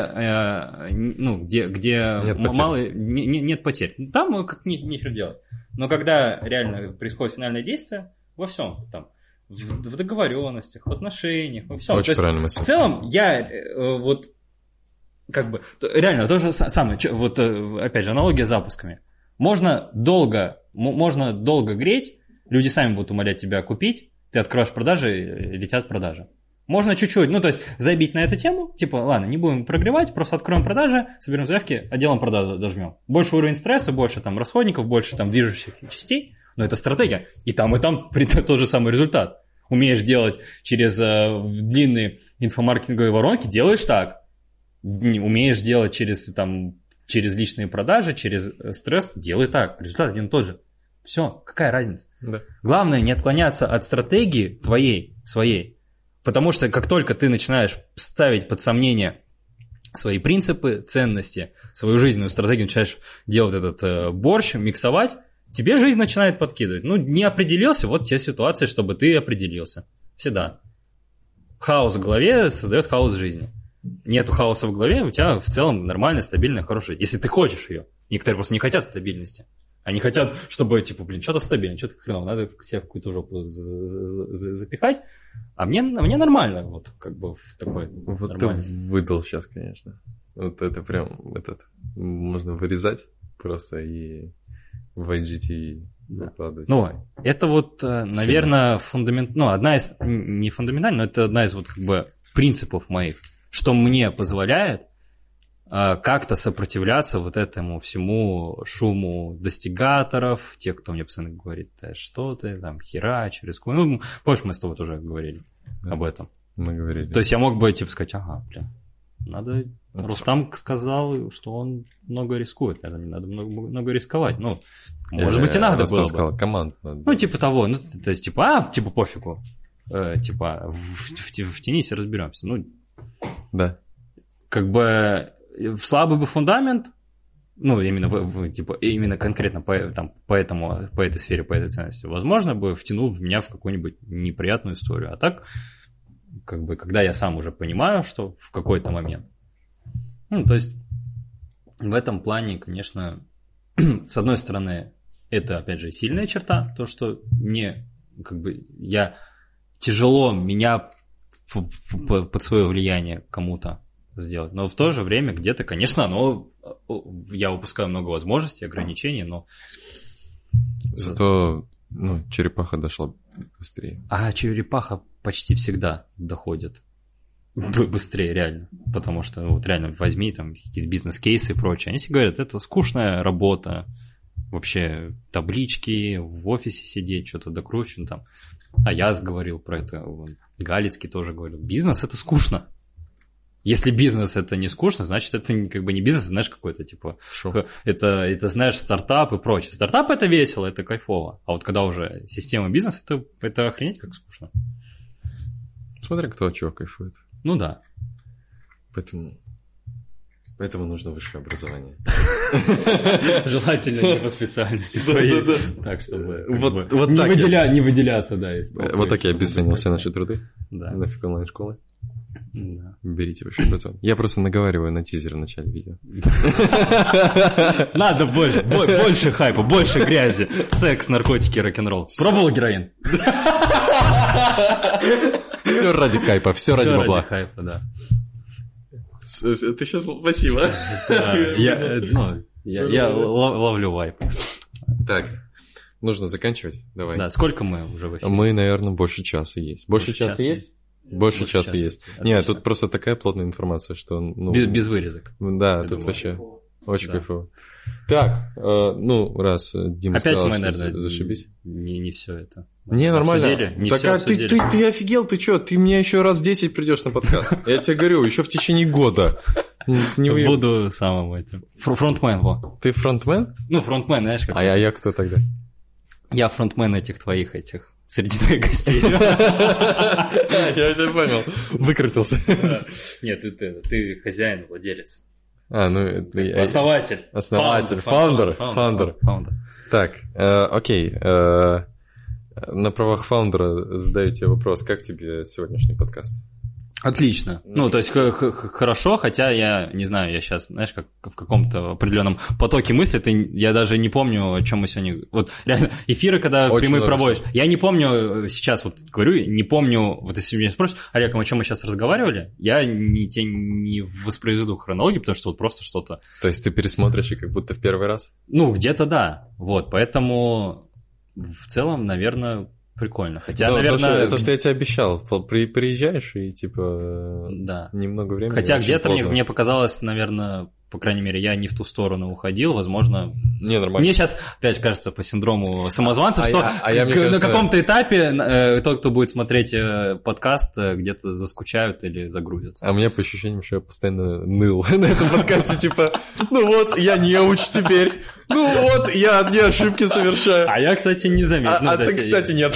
нет потерь. Там как нехер делать. Но когда реально происходит финальное действие, во всем там, в договоренностях, в отношениях, во всем. Очень правильно мысль. В целом, я вот как бы реально то же самое, вот опять же аналогия с запусками. Можно долго греть, люди сами будут умолять тебя купить, ты откроешь продажи, летят продажи. Можно чуть-чуть, ну то есть забить на эту тему, типа ладно, не будем прогревать, просто откроем продажи, соберем заявки, отделом продажи дожмем. Больше уровень стресса, больше там расходников, больше там движущих частей, но это стратегия. И там тот же самый результат. Умеешь делать через длинные инфомаркетинговые воронки, делаешь так. Умеешь делать через личные продажи, через стресс, делай так. Результат один и тот же. Все, какая разница? Да. Главное не отклоняться от стратегии твоей, своей. Потому что как только ты начинаешь ставить под сомнение свои принципы, ценности, свою жизненную стратегию, начинаешь делать этот борщ, миксовать, тебе жизнь начинает подкидывать. Ну, не определился, вот те ситуации, чтобы ты определился. Всегда. Хаос в голове создает хаос в жизни. Нету хаоса в голове, у тебя в целом нормальная, стабильная, хорошая жизнь. Если ты хочешь ее. Некоторые просто не хотят стабильности. Они хотят, чтобы, типа, что-то стабильно, что-то хреново, надо себе в какую-то жопу запихать. А мне нормально, вот, как бы, в такой Вот нормальный. ты выдал сейчас, конечно. Вот это прям, можно вырезать просто и в IGTV выкладывать. Ну, это вот, наверное, одна из, не фундаментальная, но это одна из, вот, как бы, принципов моих, что мне позволяет как-то сопротивляться вот этому всему шуму достигаторов, тех, кто мне постоянно говорит, что ты там херач, рискуй. Ну, помнишь, мы с тобой тоже говорили об этом. Мы говорили. То есть я мог бы, типа, сказать, надо... Рустам сказал, что он много рискует, наверное, не надо много рисковать. Ну, может быть, и надо было бы. Сказал, команд надо. Ну, типа того. Ну, то есть, типа, пофигу. Типа, в теннисе разберемся. Ну, да. Как бы... Слабый бы фундамент, ну, именно, именно конкретно по этой сфере, по этой ценности, возможно, бы втянул меня в какую-нибудь неприятную историю. А так, как бы, когда я сам уже понимаю, что в какой-то момент. Ну, то есть, в этом плане, конечно, с одной стороны, это, опять же, сильная черта, то, что тяжело меня под свое влияние кому-то сделать. Но в то же время где-то, конечно, я упускаю много возможностей, ограничений, но... Зато, черепаха дошла быстрее. А черепаха почти всегда доходит быстрее, реально. Потому что, вот реально, возьми там какие-то бизнес-кейсы и прочее. Они все говорят, это скучная работа, вообще таблички, в офисе сидеть, что-то докручивать там. А я говорил про это, Галицкий тоже говорил, бизнес это скучно. Если бизнес это не скучно, значит это как бы не бизнес, знаешь, какой-то типа... Это, знаешь, стартап и прочее. Стартап это весело, это кайфово. А вот когда уже система бизнеса, это охренеть как скучно. Смотри, кто от чего кайфует. Ну да. Поэтому нужно высшее образование. Желательно не по специальности своей. Так, чтобы не выделяться, да. Вот так я обесценил все наши труды. Да. Нафиг онлайн-школы. Да. Берите высшее образование. Я просто наговариваю на тизер в начале видео. Надо больше хайпа, больше грязи. Секс, наркотики, рок-н-ролл. Пробовал героин? Все ради хайпа, все ради бабла. Ради хайпа, да. Ты сейчас... Спасибо. Я ловлю вайп. Так, нужно заканчивать. Давай. Да, сколько мы уже в эфире? Мы, наверное, больше часа есть. Больше часа есть? Больше часа есть. Нет, тут просто такая плотная информация, что... Без вырезок. Да, тут вообще очень кайфово. Так, раз Дима сказал, что зашибись. Не все это. Не, нормально. Так, ты офигел, ты что? Ты мне еще раз 10 придешь на подкаст. Я тебе говорю, еще в течение года. Буду самым этим. Фронтмен, во. Ты фронтмен? Ну, фронтмен, знаешь, как... А я кто тогда? Я фронтмен этих твоих среди твоих гостей. Я тебя понял. Выкрутился. Нет, ты хозяин, владелец. Основатель. Фаундер. Так, окей. На правах фаундера задаю тебе вопрос. Как тебе сегодняшний подкаст? Отлично. Ну, то есть хорошо, хотя я не знаю, я сейчас, знаешь, как в каком-то определенном потоке мысли, я даже не помню, о чем мы сегодня... Вот реально, эфиры, когда очень прямые проводишь, я не помню, сейчас вот говорю, не помню, вот если меня спросят, Олег, о чем мы сейчас разговаривали, я не воспроизведу хронологию, потому что вот просто что-то... То есть ты пересмотришь и как будто в первый раз? Ну, где-то да, вот, поэтому в целом, наверное... Прикольно. Хотя, да, наверное... То, что я тебе обещал. Приезжаешь и, типа, да. Немного времени. Хотя где-то мне показалось, наверное, по крайней мере, я не в ту сторону уходил, возможно... Не, нормально. Мне сейчас, опять кажется, по синдрому самозванца, что кажется... на каком-то этапе тот, кто будет смотреть подкаст, где-то заскучают или загрузятся. А мне по ощущениям, что я постоянно ныл на этом подкасте, типа, ну вот, я неуч теперь, ну вот, я одни ошибки совершаю. А я, кстати, не заметил. А ты, кстати, нет.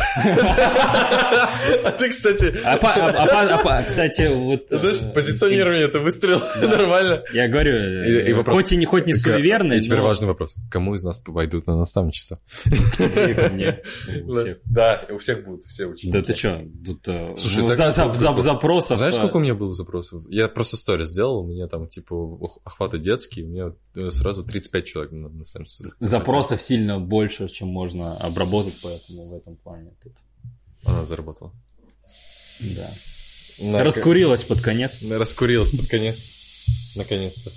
А ты, кстати... Кстати, вот... Знаешь, позиционирование это выстрел нормально. Я говорю... Хоть и не суеверный, и теперь важный вопрос. Кому из нас пойдут на наставничество? Ко мне. Да, у всех будут все ученики. Да ты что? Слушай, запросов... Знаешь, сколько у меня было запросов? Я просто сторис сделал, у меня там, типа, охваты детские, у меня сразу 35 человек на наставничество. Запросов сильно больше, чем можно обработать, поэтому в этом плане тут... Она заработала. Да. Раскурилась под конец. Наконец-то.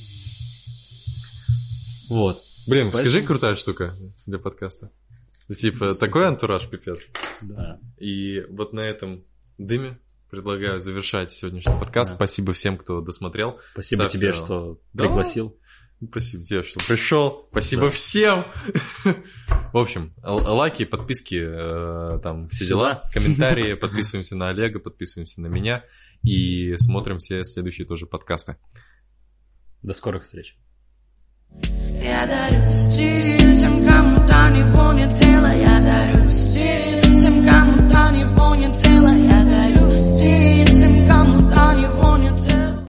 Вот. Блин, скажи, крутая штука для подкаста. Типа, такой антураж, пипец. Да. И вот на этом дыме предлагаю завершать сегодняшний подкаст. Да. Спасибо всем, кто досмотрел. Спасибо тебе, что пригласил. Спасибо тебе, что пришел. Спасибо всем. В общем, лайки, подписки, там все дела, комментарии, подписываемся на Олега, подписываемся на меня и смотрим все следующие тоже подкасты. До скорых встреч. Я дарю стиль тем, кому до него нет дела, я дарю